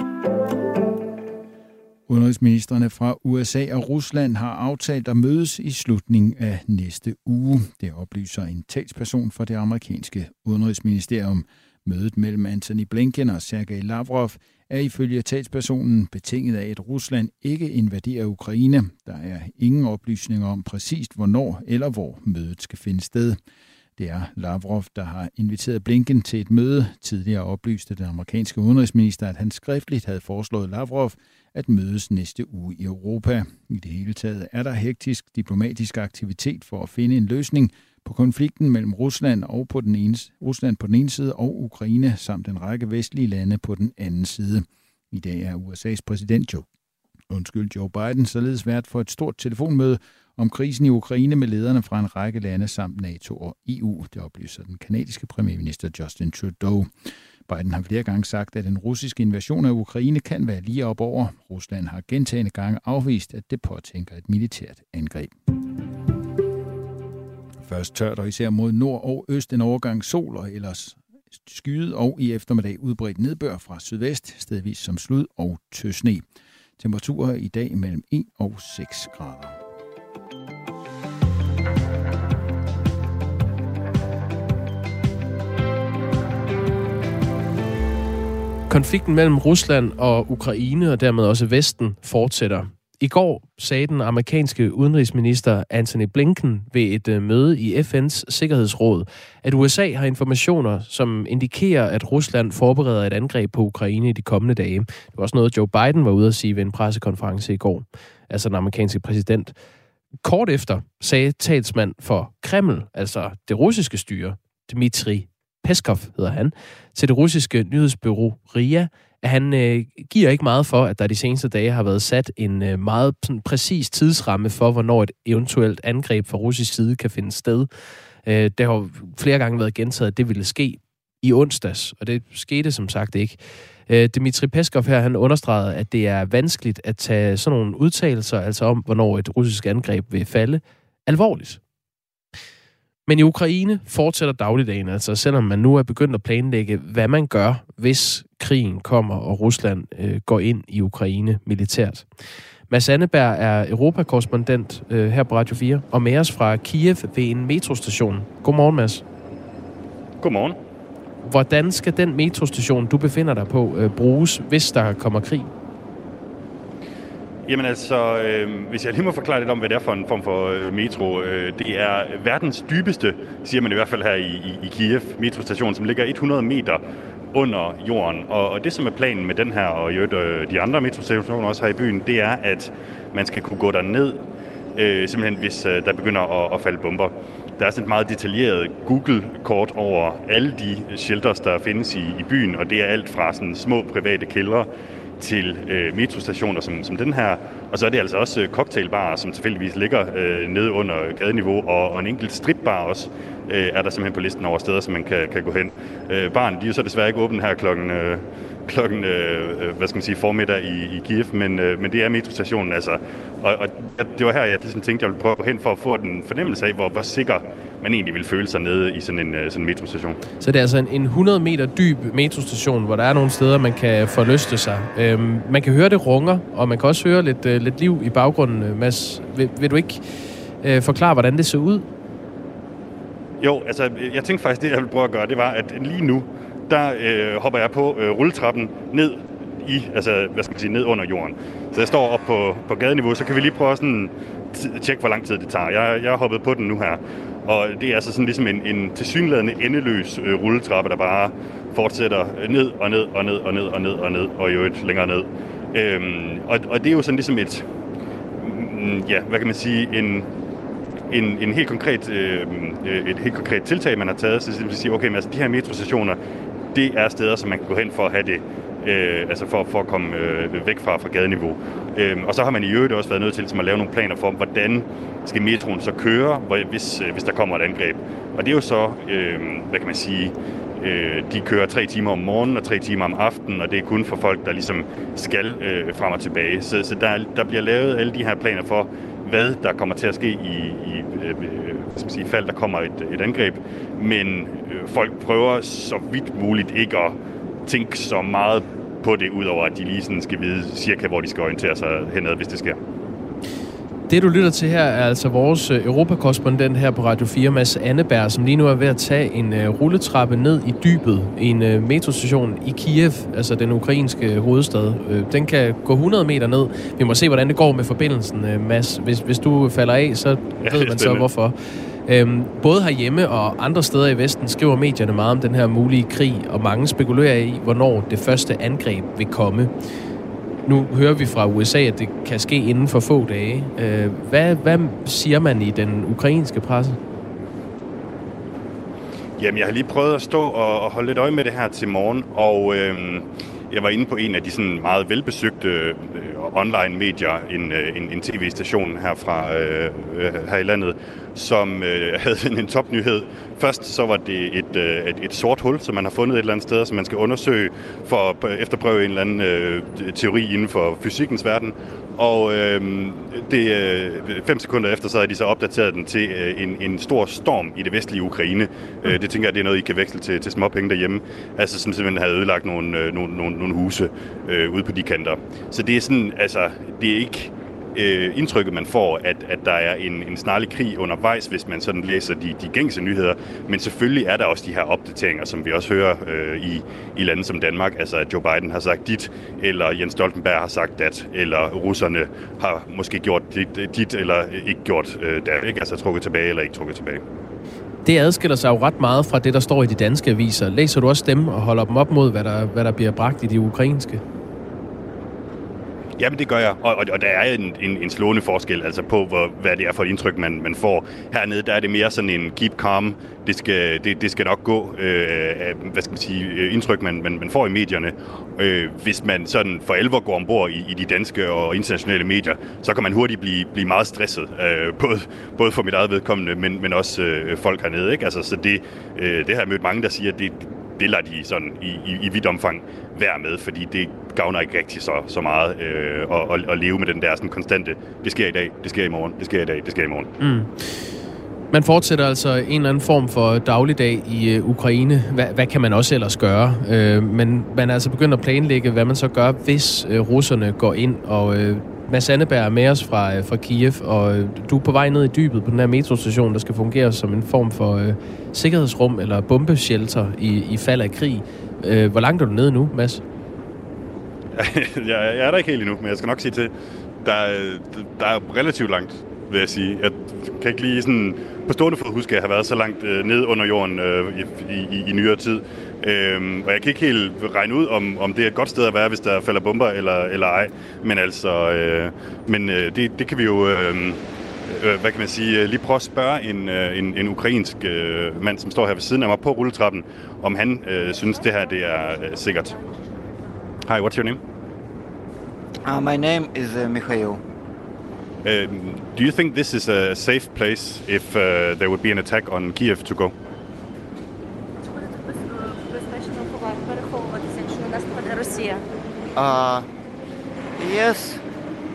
Udenrigsministrene fra USA og Rusland har aftalt at mødes i slutningen af næste uge. Det oplyser en talsperson for det amerikanske udenrigsministerium. Mødet mellem Antony Blinken og Sergej Lavrov er ifølge talspersonen betinget af, at Rusland ikke invaderer Ukraine. Der er ingen oplysninger om præcist, hvornår eller hvor mødet skal finde sted. Det er Lavrov, der har inviteret Blinken til et møde. Tidligere oplyste den amerikanske udenrigsminister, at han skriftligt havde foreslået Lavrov at mødes næste uge i Europa. I det hele taget er der hektisk diplomatisk aktivitet for at finde en løsning på konflikten mellem Rusland på den ene side og Ukraine samt en række vestlige lande på den anden side. I dag er USA's præsident Joe Biden således vært for et stort telefonmøde om krisen i Ukraine med lederne fra en række lande samt NATO og EU. Det oplyser den kanadiske premierminister Justin Trudeau. Biden har flere gange sagt, at den russiske invasion af Ukraine kan være lige op over. Rusland har gentagne gange afvist, at det påtænker et militært angreb. Først tørt og især mod nord og øst en overgang sol og ellers skyet og i eftermiddag udbredt nedbør fra sydvest, stedvis som slud og tøsne. Temperaturer i dag mellem 1 og 6 grader. Konflikten mellem Rusland og Ukraine og dermed også Vesten fortsætter. I går sagde den amerikanske udenrigsminister Antony Blinken ved et møde i FN's Sikkerhedsråd, at USA har informationer, som indikerer, at Rusland forbereder et angreb på Ukraine i de kommende dage. Det var også noget, Joe Biden var ude at sige ved en pressekonference i går, altså den amerikanske præsident. Kort efter sagde talsmand for Kreml, altså det russiske styre, Dmitri Peskov hedder han, til det russiske nyhedsbureau RIA, at han giver ikke meget for, at der de seneste dage har været sat en meget sådan, præcis tidsramme for, hvornår et eventuelt angreb fra russisk side kan finde sted. Det har flere gange været gentaget, at det ville ske i onsdags, og det skete som sagt ikke. Dmitri Peskov her, han understregede, at det er vanskeligt at tage sådan nogle udtalelser, altså om, hvornår et russisk angreb vil falde, alvorligt. Men i Ukraine fortsætter dagligdagen, altså selvom man nu er begyndt at planlægge, hvad man gør, hvis krigen kommer, og Rusland går ind i Ukraine militært. Mads Anneberg er europakorrespondent her på Radio 4, og med os fra Kiev ved en metrostation. Godmorgen, Mads. Godmorgen. Hvordan skal den metrostation, du befinder dig på, bruges, hvis der kommer krig? Jamen altså, hvis jeg lige må forklare lidt om, hvad det er for en form for metro. Det er verdens dybeste, siger man i hvert fald her i Kiev, metrostation, som ligger 100 meter under jorden. Og det, som er planen med den her, og de andre metrostationer også her i byen, det er, at man skal kunne gå derned, simpelthen hvis der begynder at falde bomber. Der er sådan et meget detaljeret Google-kort over alle de shelters, der findes i byen, og det er alt fra sådan små private kældre til metrostationer som den her. Og så er det altså også cocktailbarer, som tilfældigvis ligger nede under gadeniveau, og en enkelt stripbar også er der simpelthen på listen over steder, som man kan gå hen. Baren, de er jo så desværre ikke åbne her klokken formiddag i Kiev, men det er metrostationen altså. Og det var her, jeg ligesom tænkte, jeg ville prøve at gå hen for at få en fornemmelse af, hvor sikker man egentlig vil føle sig nede i sådan en metrostation. Så det er altså en 100 meter dyb metrostation, hvor der er nogle steder, man kan forlyste sig. Man kan høre det runger, og man kan også høre lidt liv i baggrunden. Mads, vil du ikke forklare, hvordan det ser ud? Jo, altså jeg tænkte faktisk, det jeg ville prøve at gøre, det var, at lige nu, der hopper jeg på rulletrappen ned ned under jorden. Så jeg står op på gadeniveau, så kan vi lige prøve sådan tjekke, hvor lang tid det tager. Jeg har hoppet på den nu her, og det er altså sådan ligesom en tilsyneladende endeløs rulletrappe, der bare fortsætter ned og ned og ned og ned og ned og ned og jo et længere ned. Og det er jo sådan ligesom et, hvad kan man sige, en helt konkret, et helt konkret tiltag, man har taget, så det vil sige, okay, men altså de her metrostationer, det er steder, som man kan gå hen for at have det, for at komme væk fra gadeniveau. Og så har man i øvrigt også været nødt til at lave nogle planer for, hvordan skal metroen så køre, hvis der kommer et angreb. Og det er jo så, hvad kan man sige, de kører 3 timer om morgenen og 3 timer om aftenen, og det er kun for folk, der ligesom skal frem og tilbage. Så der bliver lavet alle de her planer for, hvad der kommer til at ske i fald der kommer et angreb. Men folk prøver så vidt muligt ikke at tænke så meget på det, udover at de lige sådan skal vide cirka, hvor de skal orientere sig henad, hvis det sker. Det, du lytter til her, er altså vores europakorrespondent her på Radio 4, Mads Anneberg, som lige nu er ved at tage en rulletrappe ned i dybet i en metrostation i Kiev, altså den ukrainske hovedstad. Den kan gå 100 meter ned. Vi må se, hvordan det går med forbindelsen, Mads. Hvis du falder af, så ved man så, hvorfor. Både herhjemme og andre steder i Vesten skriver medierne meget om den her mulige krig, og mange spekulerer i, hvornår det første angreb vil komme. Nu hører vi fra USA, at det kan ske inden for få dage. Hvad siger man i den ukrainske presse? Jamen, jeg har lige prøvet at stå og holde lidt øje med det her til morgen, og jeg var inde på en af de sådan meget velbesøgte online medier, en tv-station her i landet, som havde en topnyhed. Først så var det et sort hul, som man har fundet et eller andet sted, som man skal undersøge for at efterprøve en eller anden teori inden for fysikkens verden. Og 5 sekunder efter, så havde de så opdateret den til en stor storm i det vestlige Ukraine. Det tænker jeg, det er noget, I kan veksle til småpenge derhjemme. Altså som simpelthen havde ødelagt nogle huse ude på de kanter. Så det er sådan, altså, det er ikke indtrykket, man får, at der er en snarlig krig undervejs, hvis man sådan læser de gængse nyheder. Men selvfølgelig er der også de her opdateringer, som vi også hører i lande som Danmark. Altså, at Joe Biden har sagt dit, eller Jens Stoltenberg har sagt dat, eller russerne har måske gjort dit eller ikke gjort dat. Ikke? Altså trukket tilbage eller ikke trukket tilbage. Det adskiller sig jo ret meget fra det, der står i de danske aviser. Læser du også dem og holder dem op mod, hvad der bliver bragt i de ukrainske? Jamen, det gør jeg, og der er en slående forskel altså på, hvad det er for et indtryk, man får. Hernede, der er det mere sådan en keep calm, det skal nok gå, hvad skal man sige, indtryk, man får i medierne. Hvis man sådan for alvor går ombord i de danske og internationale medier, så kan man hurtigt blive meget stresset, både for mit eget vedkommende, men også folk hernede, ikke? Altså, så det har jeg mødt mange, der siger, at det lader de sådan i vidt omfang være med, fordi det gavner ikke rigtig så meget at leve med den der sådan konstante, det sker i dag, det sker i morgen, det sker i dag, det sker i morgen. Mm. Man fortsætter altså en eller anden form for dagligdag i Ukraine. Hvad kan man også ellers gøre? Men man er altså begyndt at planlægge, hvad man så gør, hvis russerne går ind. Og Mads Anneberg er med os fra Kiev, og du er på vej ned i dybet på den her metrostation, der skal fungere som en form for sikkerhedsrum eller bombeshelter i fald af krig. Hvor langt er du nede nu, Mads? Jeg er der ikke helt endnu, men jeg skal nok sige til, der er relativt langt, vil jeg sige. Jeg kan ikke lige sådan på stående fod huske, at jeg har været så langt nede under jorden i nyere tid. Og jeg kan ikke helt regne ud, om det er et godt sted at være, hvis der falder bomber eller ej. Men altså, det kan vi jo, hvad kan man sige, lige prøve at spørge en ukrainsk mand, som står her ved siden af mig på rulletrappen, om han synes, det her det er sikkert. Hi, what's your name? My name is Mikhail. Do you think this is a safe place if there would be an attack on Kiev to go? Yes.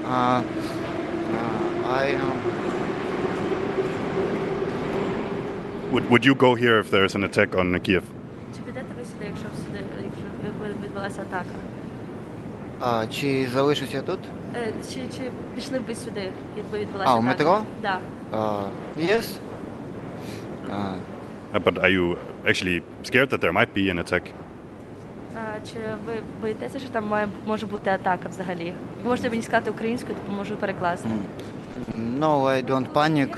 Would you go here if there's an attack on Kiev? Чи залишуся тут? Чи пішли б ви сюди, якби відбулася атака? У метро? Да. Yes. But are you actually scared that there might be an attack? Чи ви боїтеся, що там може бути атака взагалі? Ви можете мені сказати українською, допоможу перекласти. No, I don't panic.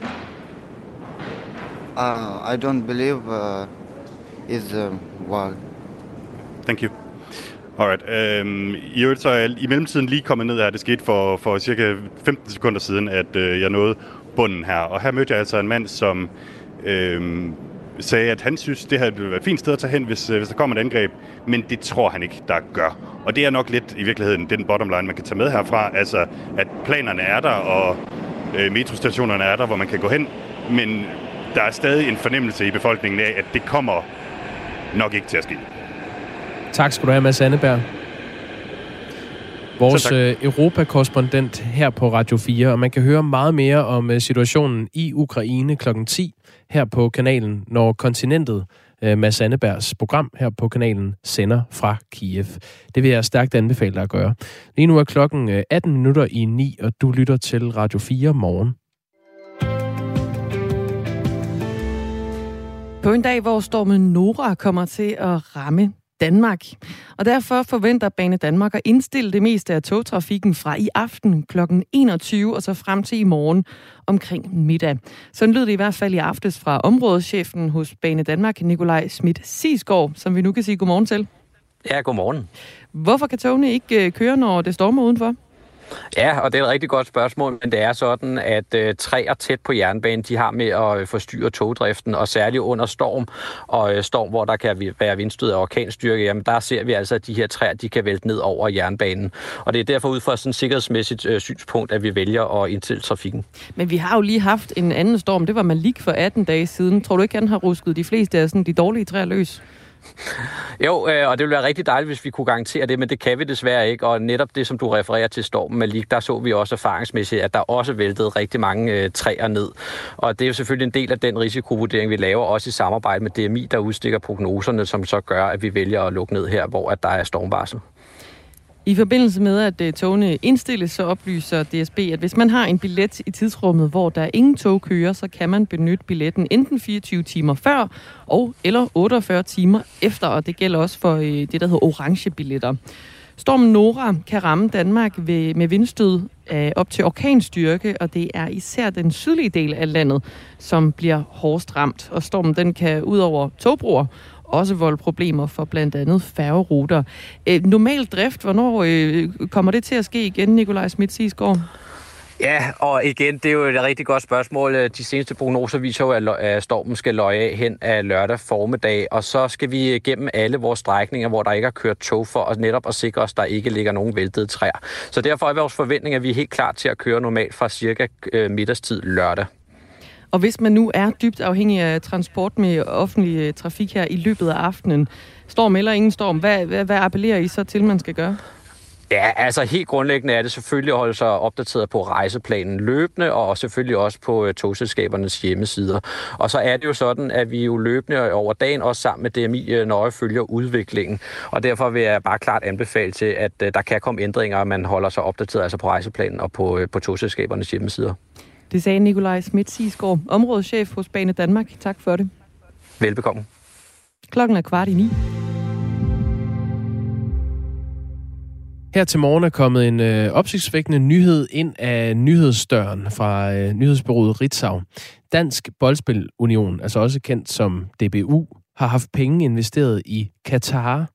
I don't believe is war. Thank you. Alright. Så er jeg i mellemtiden lige kommet ned her. Det skete for cirka 15 sekunder siden, at jeg nåede bunden her. Og her mødte jeg altså en mand, som sagde, at han synes, det her ville være et fint sted at tage hen, hvis der kommer et angreb. Men det tror han ikke, der gør. Og det er nok lidt i virkeligheden den bottom line, man kan tage med herfra. Altså, at planerne er der, og metrostationerne er der, hvor man kan gå hen. Men der er stadig en fornemmelse i befolkningen af, at det kommer nok ikke til at ske. Tak skal du have, Mads Anneberg. Vores Europa-korrespondent her på Radio 4, og man kan høre meget mere om situationen i Ukraine kl. 10 her på kanalen, når Kontinentet, Mads Annebergs program her på kanalen, sender fra Kiev. Det vil jeg stærkt anbefale dig at gøre. Lige nu er klokken 9:18, og du lytter til Radio 4 morgen. På en dag, hvor stormen Nora kommer til at ramme Danmark. Og derfor forventer Banedanmark at indstille det meste af togtrafikken fra i aften kl. 21 og så frem til i morgen omkring middag. Sådan lød det i hvert fald i aftes fra områdeschefen hos Banedanmark, Nikolaj Schmidt-Sigsgaard, som vi nu kan sige godmorgen til. Ja, godmorgen. Hvorfor kan togene ikke køre, når det stormer udenfor? Ja, og det er et rigtig godt spørgsmål, men det er sådan, at træer tæt på jernbanen, de har med at forstyrre togdriften, og særligt under storm, og storm, hvor der kan være vindstød og orkanstyrke, jamen der ser vi altså, at de her træer, de kan vælte ned over jernbanen. Og det er derfor ud fra sådan et sikkerhedsmæssigt synspunkt, at vi vælger at indstille trafikken. Men vi har jo lige haft en anden storm, det var Malik for 18 dage siden. Tror du ikke, han har rusket de fleste af sådan de dårlige træer løs? Jo, og det ville være rigtig dejligt, hvis vi kunne garantere det, men det kan vi desværre ikke. Og netop det, som du refererer til stormen Malik, der så vi også erfaringsmæssigt, at der også væltede rigtig mange træer ned. Og det er jo selvfølgelig en del af den risikovurdering, vi laver, også i samarbejde med DMI, der udstikker prognoserne, som så gør, at vi vælger at lukke ned her, hvor at der er stormvarsel. I forbindelse med, at togene indstilles, så oplyser DSB, at hvis man har en billet i tidsrummet, hvor der ingen tog kører, så kan man benytte billetten enten 24 timer før eller 48 timer efter, og det gælder også for det, der hedder orange billetter. Stormen Nora kan ramme Danmark med vindstød op til orkanstyrke, og det er især den sydlige del af landet, som bliver hårdest ramt. Og stormen den kan ud over togbroer også volde problemer for blandt andet færgeruter. Normal drift, hvornår kommer det til at ske igen, Nikolaj Schmidt-Sigsgaard? Ja, og igen, det er jo et rigtig godt spørgsmål. De seneste prognoser viser jo, at stormen skal løje af hen af lørdag formiddag, og så skal vi igennem alle vores strækninger, hvor der ikke er kørt tog, for at netop at sikre os, at der ikke ligger nogen væltede træer. Så derfor er vores forventning, at vi er helt klar til at køre normalt fra cirka middagstid lørdag. Og hvis man nu er dybt afhængig af transport med offentlig trafik her i løbet af aftenen, storm eller ingen storm, hvad appellerer I så til, man skal gøre? Ja, altså helt grundlæggende er det selvfølgelig at holde sig opdateret på rejseplanen løbende, og selvfølgelig også på togselskabernes hjemmesider. Og så er det jo sådan, at vi jo løbende over dagen, også sammen med DMI, nøje følger udviklingen. Og derfor vil jeg bare klart anbefale til, at der kan komme ændringer, og man holder sig opdateret altså på rejseplanen og på togselskabernes hjemmesider. Det sagde Nikolaj Schmidt-Sigsgaard, områdeschef hos Bane Danmark. Tak for det. Velbekomme. Klokken er 8:15. Her til morgen er kommet en opsigtsvækkende nyhed ind af nyhedsdøren fra nyhedsbureauet Ritzau. Dansk Boldspil-Union, altså også kendt som DBU, har haft penge investeret i Katar.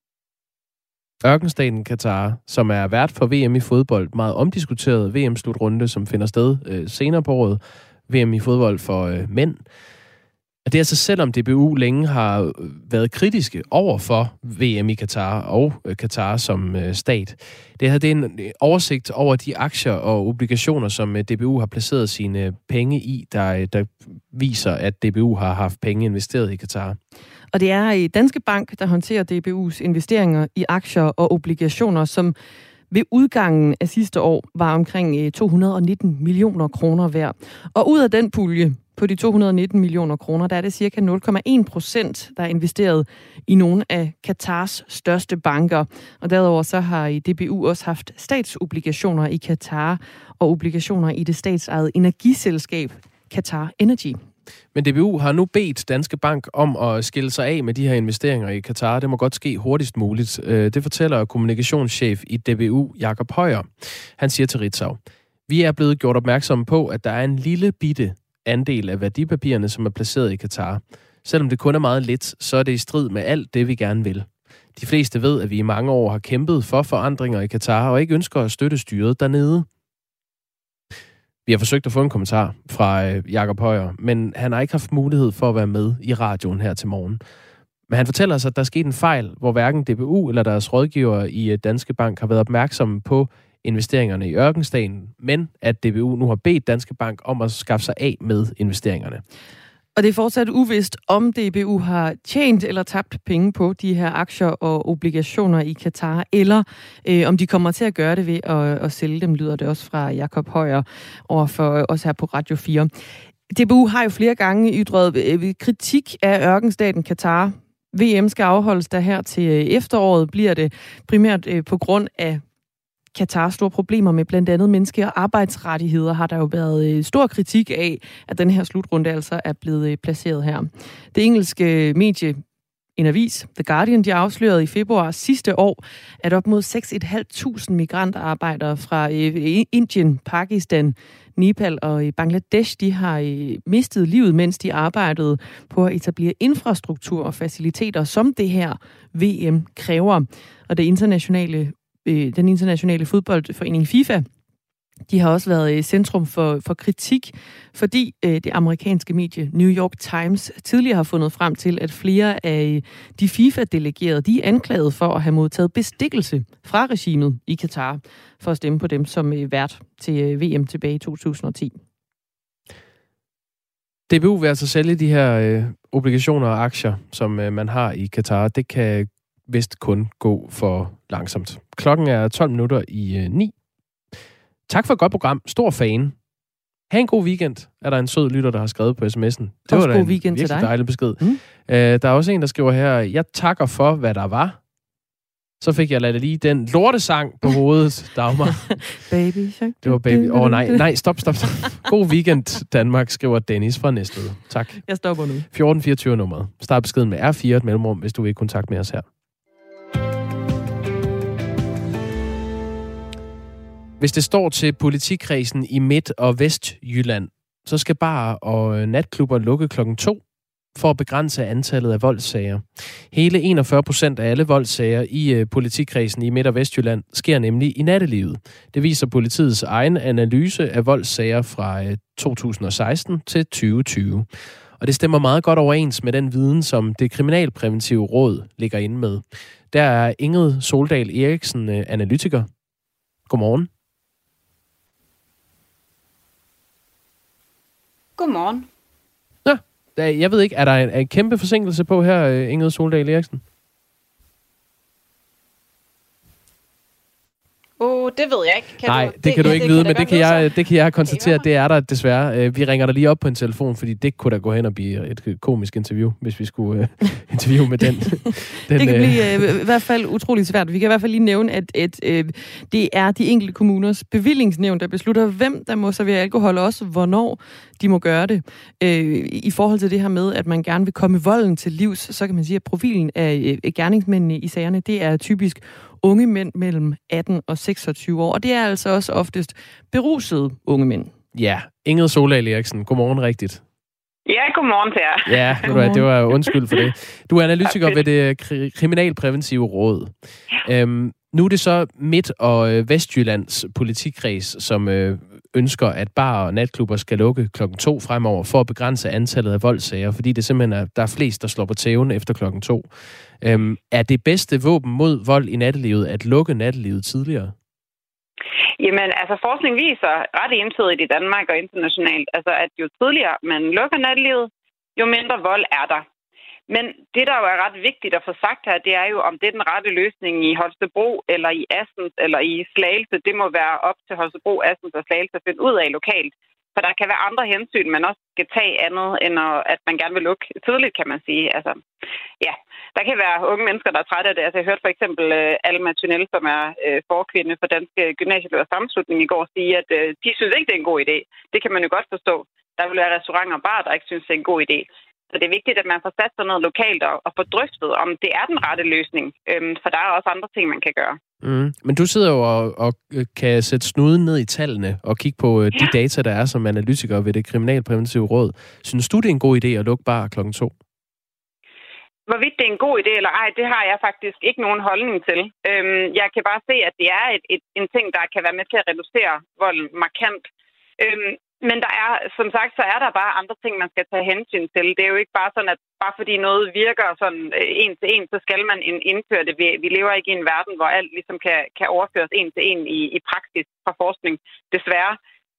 Ørkenstaten Katar, som er vært for VM i fodbold, meget omdiskuteret VM-slutrunde, som finder sted senere på året. VM i fodbold for mænd. Og det er altså selvom DBU længe har været kritiske over for VM i Katar og Katar som stat. Det her det er en oversigt over de aktier og obligationer, som DBU har placeret sine penge i, der viser, at DBU har haft penge investeret i Katar. Og det er Danske Bank, der håndterer DBU's investeringer i aktier og obligationer, som ved udgangen af sidste år var omkring 219 millioner kroner værd. Og ud af den pulje på de 219 millioner kroner, der er det cirka 0,1%, der er investeret i nogle af Katars største banker. Og derudover så har DBU også haft statsobligationer i Katar og obligationer i det statsejede energiselskab Qatar Energy. Men DBU har nu bedt Danske Bank om at skille sig af med de her investeringer i Katar. Det må godt ske hurtigst muligt. Det fortæller kommunikationschef i DBU, Jakob Højer. Han siger til Ritzau: "Vi er blevet gjort opmærksom på, at der er en lille bitte andel af værdipapirerne, som er placeret i Katar. Selvom det kun er meget lidt, så er det i strid med alt det, vi gerne vil. De fleste ved, at vi i mange år har kæmpet for forandringer i Katar og ikke ønsker at støtte styret dernede." Vi har forsøgt at få en kommentar fra Jakob Højer, men han har ikke haft mulighed for at være med i radioen her til morgen. Men han fortæller os, at der er sket en fejl, hvor hverken DBU eller deres rådgiver i Danske Bank har været opmærksomme på investeringerne i Ørkenstaten, men at DBU nu har bedt Danske Bank om at skaffe sig af med investeringerne. Og det er fortsat uvist, om DBU har tjent eller tabt penge på de her aktier og obligationer i Katar, eller om de kommer til at gøre det ved at sælge dem, lyder det også fra Jakob Højer over for os her på Radio 4. DBU har jo flere gange ytret kritik af ørkenstaten Katar. VM skal afholdes der her til efteråret, bliver det primært på grund af Katars store problemer med blandt andet menneske- og arbejdsrettigheder, har der jo været stor kritik af, at den her slutrunde altså er blevet placeret her. Det engelske medie, en avis, The Guardian, de afslørede i februar sidste år, at op mod 6.500 migrantarbejdere fra Indien, Pakistan, Nepal og Bangladesh, de har mistet livet, mens de arbejdede på at etablere infrastruktur og faciliteter, som det her VM kræver. Og den internationale fodboldforening FIFA, de har også været centrum for kritik, fordi det amerikanske medie New York Times tidligere har fundet frem til, at flere af de FIFA-delegerede, de er anklaget for at have modtaget bestikkelse fra regimet i Katar for at stemme på dem som vært til VM tilbage i 2010. DBU vil altså sælge de her obligationer og aktier, som man har i Katar. Det kan vist kun gå for langsomt. Klokken er 12:12. Tak for et godt program. Stor fan. Ha' en god weekend, er der en sød lytter, der har skrevet på sms'en. Det var da en virkelig dejlig besked. Der er også en, der skriver her: "Jeg takker for, hvad der var." Så fik jeg ladet lige den lortesang på hovedet, Dagmar. Baby shark. Det var baby. Nej, stop. God weekend, Danmark, skriver Dennis fra Næstved. Tak. Jeg stopper nu. 1424 nummeret. Start beskeden med R4 et mellemrum, hvis du vil i kontakt med os her. Hvis det står til politikredsen i Midt- og Vestjylland, så skal barer og natklubber lukke klokken 2 for at begrænse antallet af voldssager. Hele 41% af alle voldssager i politikredsen i Midt- og Vestjylland sker nemlig i nattelivet. Det viser politiets egen analyse af voldssager fra 2016 til 2020. Og det stemmer meget godt overens med den viden, som det kriminalpræventive råd ligger inde med. Der er Ingrid Soldal Eriksen, analytiker. Godmorgen. Godmorgen. Nå, jeg ved ikke, er der en kæmpe forsinkelse på her, Ingrid Soldal Eriksen? Det ved jeg ikke. Nej, det kan du ikke vide, men det kan jeg konstatere, det er der desværre. Vi ringer dig lige op på en telefon, fordi det kunne da gå hen og blive et komisk interview, hvis vi skulle interviewe med den. Det kan blive i hvert fald utroligt svært. Vi kan i hvert fald lige nævne, at det er de enkelte kommuners bevillingsnævn, der beslutter, hvem der må servere alkohol, og også hvornår de må gøre det. I forhold til det her med, at man gerne vil komme volden til livs, så kan man sige, at profilen af gerningsmændene i sagerne, det er typisk unge mænd mellem 18 og 26 år, og det er altså også oftest berusede unge mænd. Ja, Ingrid Soldal Eriksen, godmorgen rigtigt. Ja, godmorgen til jer. Ja, det var undskyld for det. Du er analytiker ved det kriminalpræventive råd. Nu er det så Midt- og Vestjyllands politikreds, som ønsker, at barer og natklubber skal lukke 2:00 fremover for at begrænse antallet af voldssager, fordi det simpelthen der er flest, der slår på tæven efter 2:00. Er det bedste våben mod vold i nattelivet at lukke nattelivet tidligere? Jamen, altså forskning viser ret entydigt i Danmark og internationalt, altså at jo tidligere man lukker nattelivet, jo mindre vold er der. Men det, der jo er ret vigtigt at få sagt her, det er jo, om det er den rette løsning i Holstebro, eller i Assens, eller i Slagelse. Det må være op til Holstebro, Assens og Slagelse at finde ud af lokalt. For der kan være andre hensyn, man også skal tage andet, end at man gerne vil lukke tidligt, kan man sige. Altså, ja, der kan være unge mennesker, der er trætte af det. Altså, jeg hørte for eksempel Alma Thunel, som er forkvinde for Danske Gymnasieelevers Sammenslutning i går, sige, at de synes ikke, det er en god idé. Det kan man jo godt forstå. Der vil være restauranter og barer, der ikke synes, det er en god idé. Så det er vigtigt, at man får sat sig noget lokalt og får drøftet, om det er den rette løsning. For der er også andre ting, man kan gøre. Men du sidder jo og kan sætte snuden ned i tallene og kigge på de data, der er som analytiker ved det kriminalpræventive råd. Synes du, det er en god idé at lukke bar 2:00? Hvorvidt det er en god idé eller ej, det har jeg faktisk ikke nogen holdning til. Jeg kan bare se, at det er en ting, der kan være med til at reducere volden markant. Men der er, som sagt, så er der bare andre ting, man skal tage hensyn til. Det er jo ikke bare sådan, at bare fordi noget virker sådan en til en, så skal man indføre det. Vi lever ikke i en verden, hvor alt ligesom kan overføres en til en i praksis fra forskning, desværre.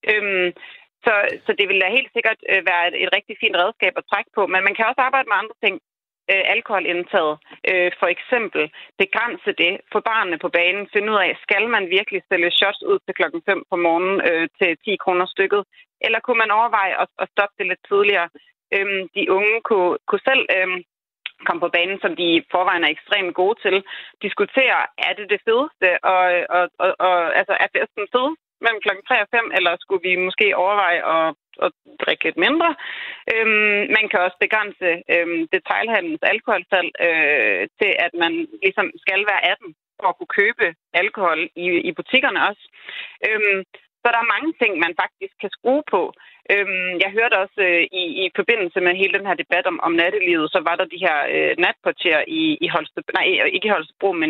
Så det vil da helt sikkert være et rigtig fint redskab at trække på. Men man kan også arbejde med andre ting. Alkoholindtaget, for eksempel begrænse det, få barnet på banen, finde ud af, skal man virkelig stille shots ud til 5:00 på morgenen til 10 kroner stykket, eller kunne man overveje at stoppe det lidt tidligere? De unge kunne selv komme på banen, som de i forvejen er ekstremt gode til, diskutere, er det fedeste, og altså, er festen fed mellem 3 og 5, eller skulle vi måske overveje at drikke lidt mindre. Man kan også begrænse detailhandelens alkoholsalg til, at man ligesom skal være 18 for at kunne købe alkohol i butikkerne også. Så der er mange ting, man faktisk kan skrue på. Jeg hørte også i forbindelse med hele den her debat om nattelivet, så var der de her natportier i Holstebro, nej, ikke i Holstebro, men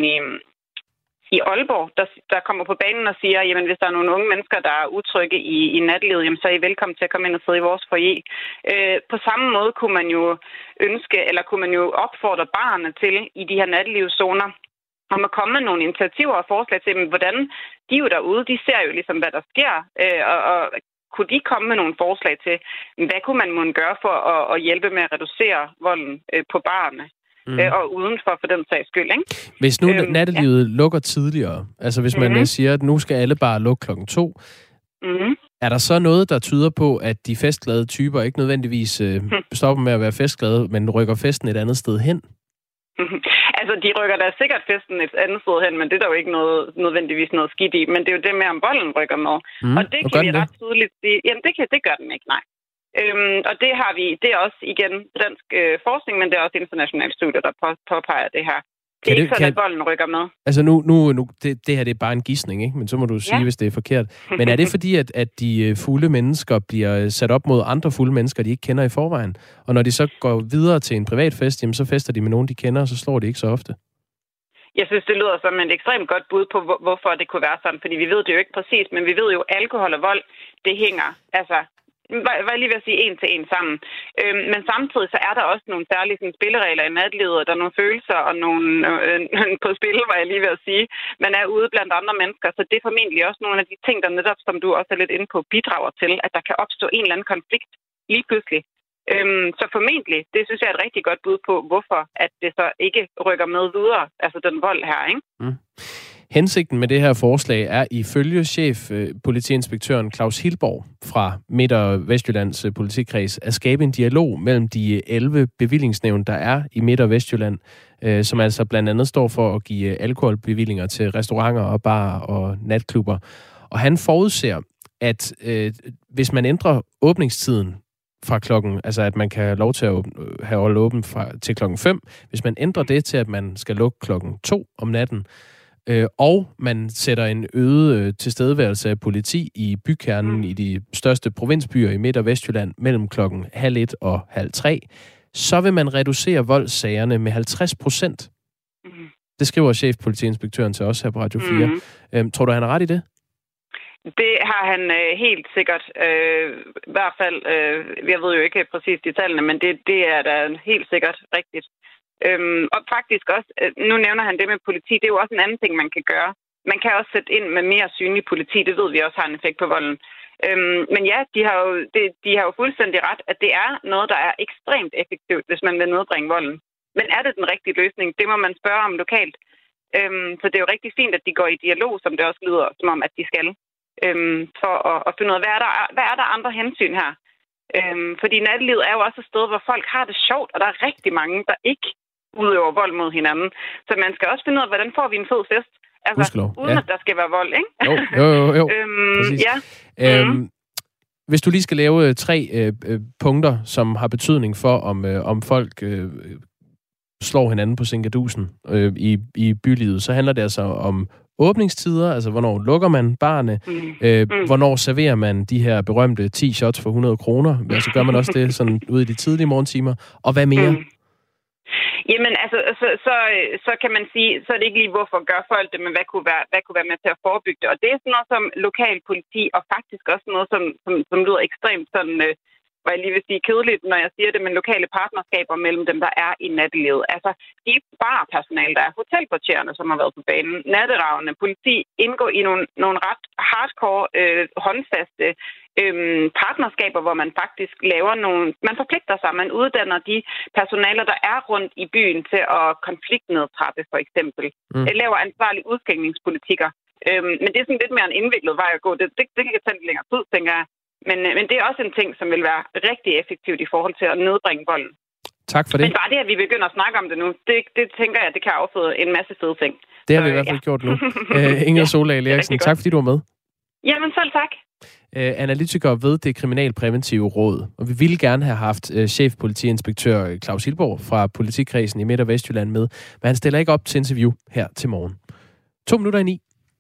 i Aalborg, der kommer på banen og siger, jamen hvis der er nogle unge mennesker, der er utrygge i nattelivet, jamen, så er I velkommen til at komme ind og sidde i vores foyer. På samme måde kunne man jo ønske, eller kunne man jo opfordre barerne til i de her nattelivszoner, om at komme med nogle initiativer og forslag til, hvordan de jo derude, de ser jo ligesom, hvad der sker, og kunne de komme med nogle forslag til, hvad kunne man gøre for at hjælpe med at reducere volden på barerne? Og udenfor for den sags skyld, ikke? Hvis nu nattelivet lukker tidligere, altså hvis man siger, at nu skal alle bare lukke 2:00, er der så noget, der tyder på, at de festglade typer ikke nødvendigvis stopper med at være festglade, men rykker festen et andet sted hen? Altså, de rykker da sikkert festen et andet sted hen, men det er der jo ikke nødvendigvis noget skidt i. Men det er jo det med, om bolden rykker med. Og det kan vi ret tydeligt sige. Jamen, det gør den ikke, nej. Og det er også igen dansk forskning, men det er også internationale studier, der påpeger det her. Det er ikke sådan, at bolden rykker med. Altså nu det her det er bare en gidsning, ikke? Men så må du sige, hvis det er forkert. Men er det fordi, at de fulde mennesker bliver sat op mod andre fulde mennesker, de ikke kender i forvejen? Og når de så går videre til en privat fest, jamen, så fester de med nogen, de kender, og så slår de ikke så ofte? Jeg synes, det lyder som et ekstremt godt bud på, hvorfor det kunne være sådan. Fordi vi ved det jo ikke præcis, men vi ved jo, at alkohol og vold, det hænger, altså var lige ved at sige en til en sammen. Men samtidig så er der også nogle særlige sådan, spilleregler i nattelivet, og der er nogle følelser og nogle på spil, var jeg lige ved at sige. Man er ude blandt andre mennesker, så det er formentlig også nogle af de ting, der netop, som du også er lidt inde på, bidrager til, at der kan opstå en eller anden konflikt. lige pludselig. Så formentlig, det synes jeg er et rigtig godt bud på, hvorfor at det så ikke rykker med videre, altså den vold her, ikke? Mm. Hensigten med det her forslag er ifølge politiinspektøren Claus Hilborg fra Midt- og Vestjyllands politikreds at skabe en dialog mellem de 11 bevillingsnævn, der er i Midt- og Vestjylland, som altså blandt andet står for at give alkoholbevillinger til restauranter og barer og natklubber. Og han forudser, at hvis man ændrer åbningstiden fra klokken, altså at man kan have lov til at holde åben til klokken 5, hvis man ændrer det til, at man skal lukke klokken 2 om natten, og man sætter en øget tilstedeværelse af politi i bykernen i de største provinsbyer i Midt- og Vestjylland mellem klokken 2:30 og 2:30, så vil man reducere voldssagerne med 50%. Det skriver chefpolitiinspektøren til os her på Radio 4. Tror du, han har ret i det? Det har han helt sikkert. I hvert fald, jeg ved jo ikke præcis de tallene, men det er da helt sikkert rigtigt. Og faktisk også, nu nævner han det med politi, det er jo også en anden ting, man kan gøre. Man kan også sætte ind med mere synlig politi, det ved vi også har en effekt på volden. Men ja, de har jo fuldstændig ret, at det er noget, der er ekstremt effektivt, hvis man vil nedbringe volden. Men er det den rigtige løsning? Det må man spørge om lokalt. Så det er jo rigtig fint, at de går i dialog, som det også lyder som om, at de skal. For at finde ud af, hvad er der andre hensyn her? Fordi nattelivet er jo også et sted, hvor folk har det sjovt, og der er rigtig mange, der ikke udøver vold mod hinanden. Så man skal også finde ud af, hvordan får vi en fed fest? Altså, uden at der skal være vold, ikke? Jo. Ja. Hvis du lige skal lave 3 punkter, som har betydning for, om folk slår hinanden på sinkadusen i bylivet, så handler det altså om åbningstider, altså hvornår lukker man barne, hvornår serverer man de her berømte 10 shots for 100 kroner, altså gør man også det sådan ude i de tidlige morgentimer, og hvad mere? Jamen, altså, så kan man sige, så er det ikke lige, hvorfor gør folk det, men hvad kunne være med til at forebygge det. Og det er sådan noget som lokal politi, og faktisk også noget, som lyder ekstremt sådan, hvad jeg lige vil sige, kedeligt, når jeg siger det, men lokale partnerskaber mellem dem, der er i nattelivet. Altså, de barpersonale, der er hotelportiererne, som har været på banen, natteravne, politi, indgår i nogle ret hardcore, håndfaste partnerskaber, hvor man faktisk laver man forpligter sig, man uddanner de personaler, der er rundt i byen til at konfliktnedtrappe, for eksempel. Laver ansvarlige udskænkningspolitikker. Men det er sådan lidt mere en indviklet vej at gå. Det kan tage lidt længere tid, tænker jeg. Men det er også en ting, som vil være rigtig effektivt i forhold til at nedbringe volden. Tak for det. Men bare det, at vi begynder at snakke om det nu, det tænker jeg, det kan afføde en masse fede ting. Det har vi i hvert fald gjort nu. Inger Soldal Eriksen, tak fordi du var med. Jamen selv tak. Analytiker ved det kriminalpræventive råd, og vi ville gerne have haft chefpolitiinspektør Claus Hilborg fra politikredsen i Midt- og Vestjylland med, men han stiller ikke op til interview her til morgen. 8:02.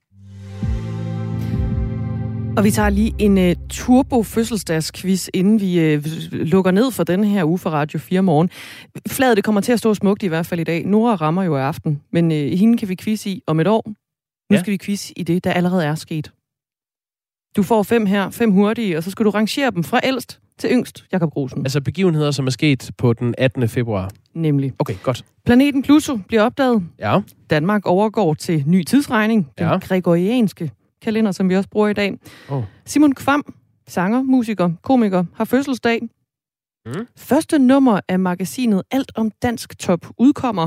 Og vi tager lige en turbo-fødselsdagsquiz, inden vi lukker ned for denne her uge for Radio 4 morgen. Fladet, det kommer til at stå smukt i hvert fald i dag. Nora rammer jo i aften, men hende kan vi quiz i om et år. Nu skal vi quiz i det, der allerede er sket. Du får 5 her, 5 hurtige, og så skal du rangere dem fra ældst til yngst, Jakob Grosen. Altså begivenheder, som er sket på den 18. februar. Nemlig. Okay, godt. Planeten Pluto bliver opdaget. Ja. Danmark overgår til ny tidsregning. Den gregorianske kalender, som vi også bruger i dag. Simon Kvam, sanger, musiker, komiker, har fødselsdag. Første nummer af magasinet Alt om Dansk Top udkommer.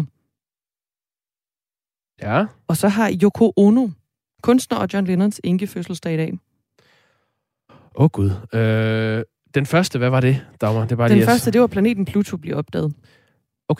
Ja. Og så har Yoko Ono, kunstner og John Lennons fødselsdag i dag. Gud. Den første, hvad var det, Dagmar? Det var den første, det var planeten Pluto bliver opdaget. Okay.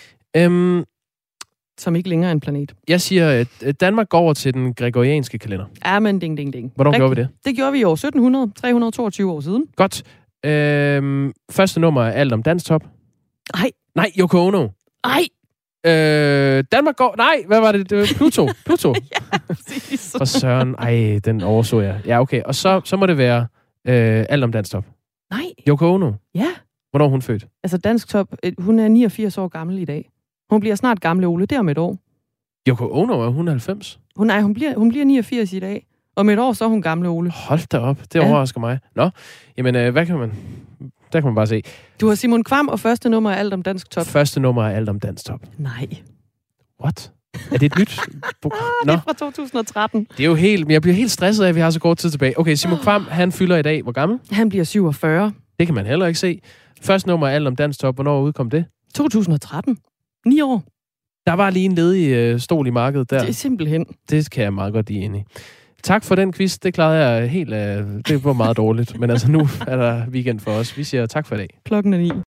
Som ikke længere er en planet. Jeg siger, at Danmark går over til den gregorianske kalender. Ja, men ding, ding, ding. Hvornår gjorde vi det? Det gjorde vi i år 1700, 322 år siden. Godt. Første nummer er Alt om Dansk Top. Nej, Yoko Ono. Danmark går... Nej, hvad var det? Det var Pluto. Pluto. Ja, præcis. For søren. Ej, den overså jeg. Ja, okay. Og så må det være Alt om Dansk Top. Nej. Yoko Ono. Ja. Hvornår er hun født? Altså Dansk Top, hun er 89 år gammel i dag. Hun bliver snart gamle Ole, det om et år. Yoko Ono, er hun 90? Hun bliver 89 i dag. Om et år, så er hun gamle Ole. Hold da op, det overrasker mig. Nå, jamen, hvad kan man... Der kan man bare se. Du har Simon Kvam, og første nummer er Alt om Dansk Top. Første nummer er Alt om Dansk Top. Nej. What? Er det et nyt? Det er fra 2013. Det er jo helt... Jeg bliver helt stresset af, at vi har så kort tid tilbage. Okay, Simon Kvam, han fylder i dag. Hvor gammel? Han bliver 47. Det kan man heller ikke se. Første nummer af Alt om Dansk Top, hvornår udkom det? 2013. 9 år. Der var lige en ledig stol i markedet der. Det er simpelthen. Det kan jeg meget godt lide ind i. Tak for den quiz. Det klarede jeg helt af. Det var meget dårligt. Men altså nu er der weekend for os. Vi siger tak for i dag. 9:00.